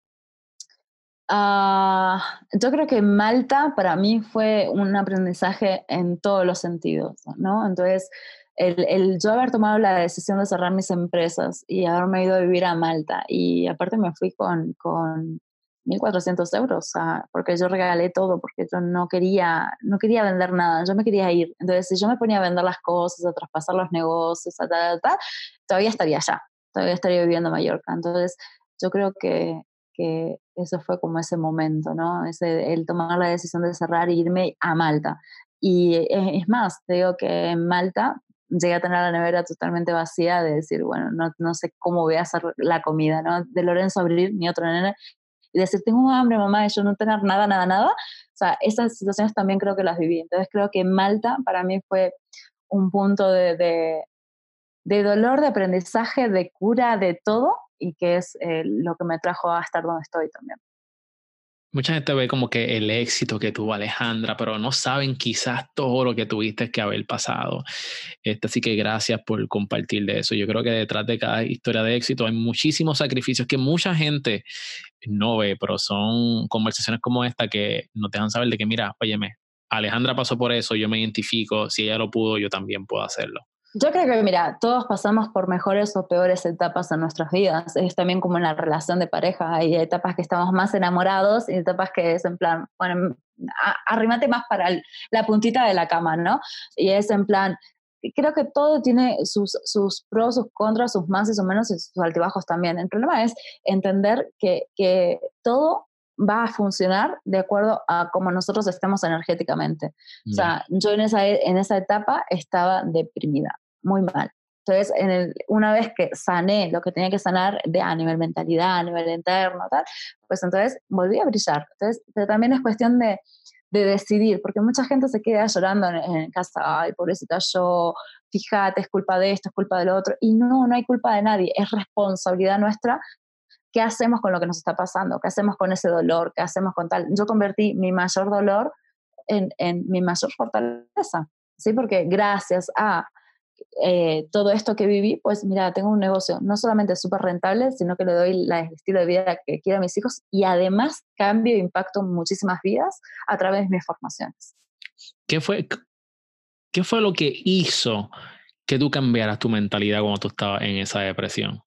Uh, yo creo que Malta para mí fue un aprendizaje en todos los sentidos, ¿no? Entonces, el, el yo haber tomado la decisión de cerrar mis empresas y haberme ido a vivir a Malta, y aparte me fui con, con mil cuatrocientos euros, o sea, porque yo regalé todo, porque yo no quería, no quería vender nada, yo me quería ir. Entonces, si yo me ponía a vender las cosas, a traspasar los negocios, a tal, tal, todavía estaría allá, todavía estaría viviendo en Mallorca. Entonces, yo creo que que eso fue como ese momento, ¿no? Ese, el tomar la decisión de cerrar e irme a Malta. Y es, es más, te digo que en Malta llegué a tener la nevera totalmente vacía, de decir, bueno, no, no sé cómo voy a hacer la comida, ¿no? De Lorenzo abrir, mi otro nene, y decir, tengo hambre, mamá, y yo no tener nada, nada, nada. O sea, esas situaciones también creo que las viví. Entonces creo que Malta para mí fue un punto de, de, de dolor, de aprendizaje, de cura, de todo, y que es eh, lo que me trajo a estar donde estoy también. Mucha gente ve como que el éxito que tuvo Alejandra, pero no saben quizás todo lo que tuviste que haber pasado. Este, así que gracias por compartir de eso. Yo creo que detrás de cada historia de éxito hay muchísimos sacrificios que mucha gente no ve, pero son conversaciones como esta que nos dejan saber de que, mira, óyeme, Alejandra pasó por eso, yo me identifico, si ella lo pudo, yo también puedo hacerlo. Yo creo que, mira, todos pasamos por mejores o peores etapas en nuestras vidas. Es también como en la relación de pareja. Hay etapas que estamos más enamorados y etapas que es en plan, bueno, arrímate más para el, la puntita de la cama, ¿no? Y es en plan, creo que todo tiene sus, sus pros, sus contras, sus más y sus menos y sus altibajos también. El problema es entender que, que todo va a funcionar de acuerdo a cómo nosotros estemos energéticamente. Yeah. O sea, yo en esa, en esa etapa estaba deprimida, muy mal. Entonces, en el, una vez que sané lo que tenía que sanar de, a nivel mentalidad, a nivel interno, tal, pues entonces volví a brillar. Entonces, pero también es cuestión de, de decidir, porque mucha gente se queda llorando en, en casa, ay, pobrecita yo, fíjate, es culpa de esto, es culpa de lo otro, y no, no hay culpa de nadie, es responsabilidad nuestra. ¿Qué hacemos con lo que nos está pasando? ¿Qué hacemos con ese dolor? ¿Qué hacemos con tal? Yo convertí mi mayor dolor en, en mi mayor fortaleza, ¿sí? Porque gracias a eh, todo esto que viví, pues mira, tengo un negocio no solamente súper rentable, sino que le doy la, el estilo de vida que quiero a mis hijos y además cambio e impacto muchísimas vidas a través de mis formaciones. ¿Qué fue, qué fue lo que hizo que tú cambiaras tu mentalidad cuando tú estabas en esa depresión?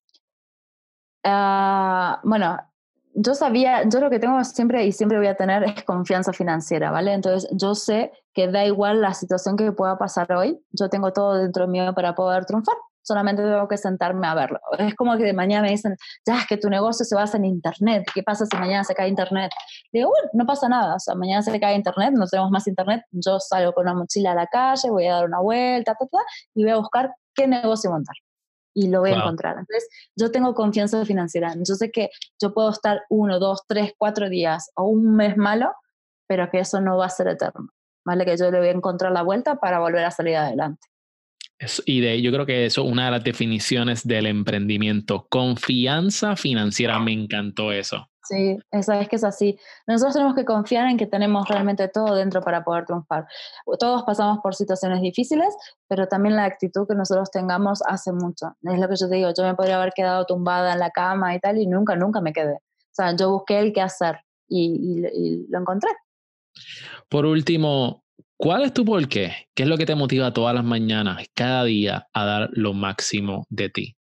Uh, bueno, yo sabía, yo lo que tengo siempre y siempre voy a tener es confianza financiera, ¿vale? Entonces yo sé que da igual la situación que pueda pasar hoy, yo tengo todo dentro mío para poder triunfar, solamente tengo que sentarme a verlo. Es como que de mañana me dicen, ya es que tu negocio se basa en internet, ¿qué pasa si mañana se cae internet? Digo, bueno, no pasa nada, o sea, mañana se cae internet, no tenemos más internet, yo salgo con una mochila a la calle, voy a dar una vuelta, ta, ta, y voy a buscar qué negocio montar. Y lo voy wow. a encontrar. Entonces, yo tengo confianza financiera. Yo sé que yo puedo estar uno, dos, tres, cuatro días o un mes malo, pero que eso no va a ser eterno, ¿vale? Que yo le voy a encontrar la vuelta para volver a salir adelante. Es, y de, yo creo que eso es una de las definiciones del emprendimiento. Confianza financiera, me encantó eso. Sí, esa es que es así. Nosotros tenemos que confiar en que tenemos realmente todo dentro para poder triunfar. Todos pasamos por situaciones difíciles, pero también la actitud que nosotros tengamos hace mucho. Es lo que yo te digo, yo me podría haber quedado tumbada en la cama y tal, y nunca, nunca me quedé. O sea, yo busqué el qué hacer y, y, y lo encontré. Por último, ¿cuál es tu porqué? ¿Qué es lo que te motiva todas las mañanas, cada día, a dar lo máximo de ti?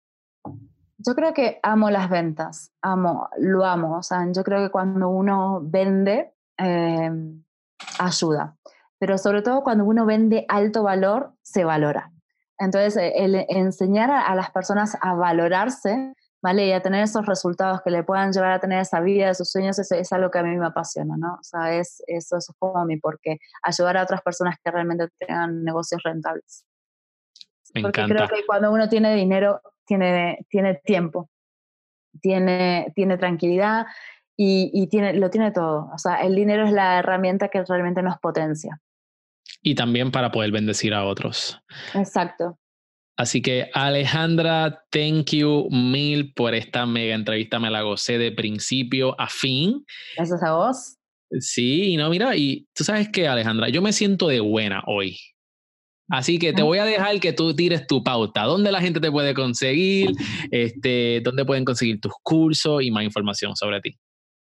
Yo creo que amo las ventas, amo, lo amo. O sea, yo creo que cuando uno vende, eh, ayuda. Pero sobre todo cuando uno vende alto valor, se valora. Entonces, el enseñar a, a las personas a valorarse, ¿vale? Y a tener esos resultados que le puedan llevar a tener esa vida de sus sueños, es, es algo que a mí me apasiona, ¿no? O sea, es, eso, eso es como mi porqué. Ayudar a otras personas que realmente tengan negocios rentables. Me Porque encanta. creo que cuando uno tiene dinero, tiene, tiene tiempo, tiene, tiene tranquilidad y, y tiene, lo tiene todo. O sea, el dinero es la herramienta que realmente nos potencia. Y también para poder bendecir a otros. Exacto. Así que Alejandra, thank you mil por esta mega entrevista. Me la gocé de principio a fin. Gracias a vos. Sí, no, mira, y tú sabes qué, Alejandra, yo me siento de buena hoy. Así que te voy a dejar que tú tires tu pauta. ¿Dónde la gente te puede conseguir? Este, ¿dónde pueden conseguir tus cursos y más información sobre ti?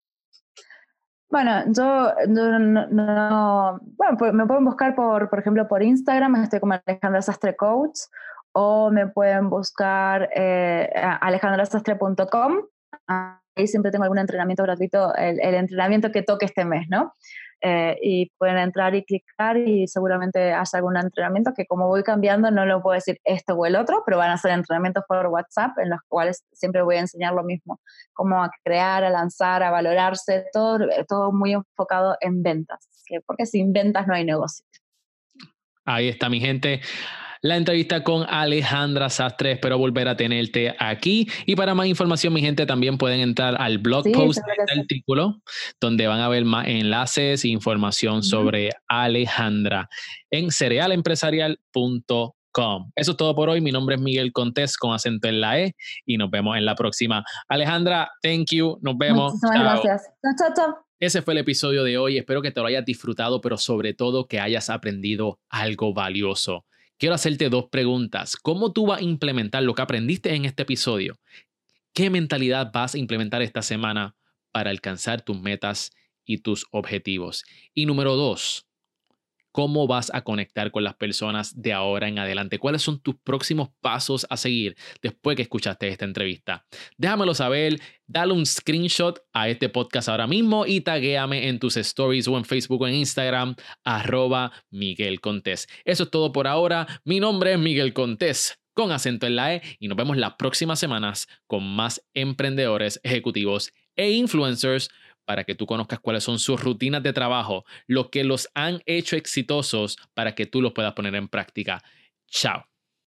Bueno, yo no, no, no bueno, pues me pueden buscar por, por ejemplo, por Instagram, estoy como Alejandra Sastre Coach, o me pueden buscar eh, alejandra sastre punto com. Ahí siempre tengo algún entrenamiento gratuito, el, el entrenamiento que toque este mes, ¿no? Eh, y pueden entrar y clicar y seguramente haya algún entrenamiento que como voy cambiando no lo puedo decir esto o el otro, pero van a ser entrenamientos por WhatsApp en los cuales siempre voy a enseñar lo mismo, cómo a crear, a lanzar, a valorarse, todo, todo muy enfocado en ventas, porque sin ventas no hay negocio. Ahí está mi gente. La entrevista con Alejandra Sastre, espero volver a tenerte aquí. Y para más información, mi gente, también pueden entrar al blog sí, post del artículo, donde van a ver más enlaces e información uh-huh. sobre Alejandra en cereal empresarial punto com. Eso es todo por hoy. Mi nombre es Miguel Contés, con acento en la E, y nos vemos en la próxima. Alejandra, thank you. Nos vemos. Muchísimas chao. Gracias. Chao, chao, chao. Ese fue el episodio de hoy. Espero que te lo hayas disfrutado, pero sobre todo que hayas aprendido algo valioso. Quiero hacerte dos preguntas. ¿Cómo tú vas a implementar lo que aprendiste en este episodio? ¿Qué mentalidad vas a implementar esta semana para alcanzar tus metas y tus objetivos? Y número dos, ¿cómo vas a conectar con las personas de ahora en adelante? ¿Cuáles son tus próximos pasos a seguir después que escuchaste esta entrevista? Déjamelo saber, dale un screenshot a este podcast ahora mismo y taguéame en tus stories o en Facebook o en Instagram, arroba Miguel Contés. Eso es todo por ahora. Mi nombre es Miguel Contés, con acento en la E, y nos vemos las próximas semanas con más emprendedores, ejecutivos e influencers para que tú conozcas cuáles son sus rutinas de trabajo, lo que los han hecho exitosos para que tú los puedas poner en práctica. Chao.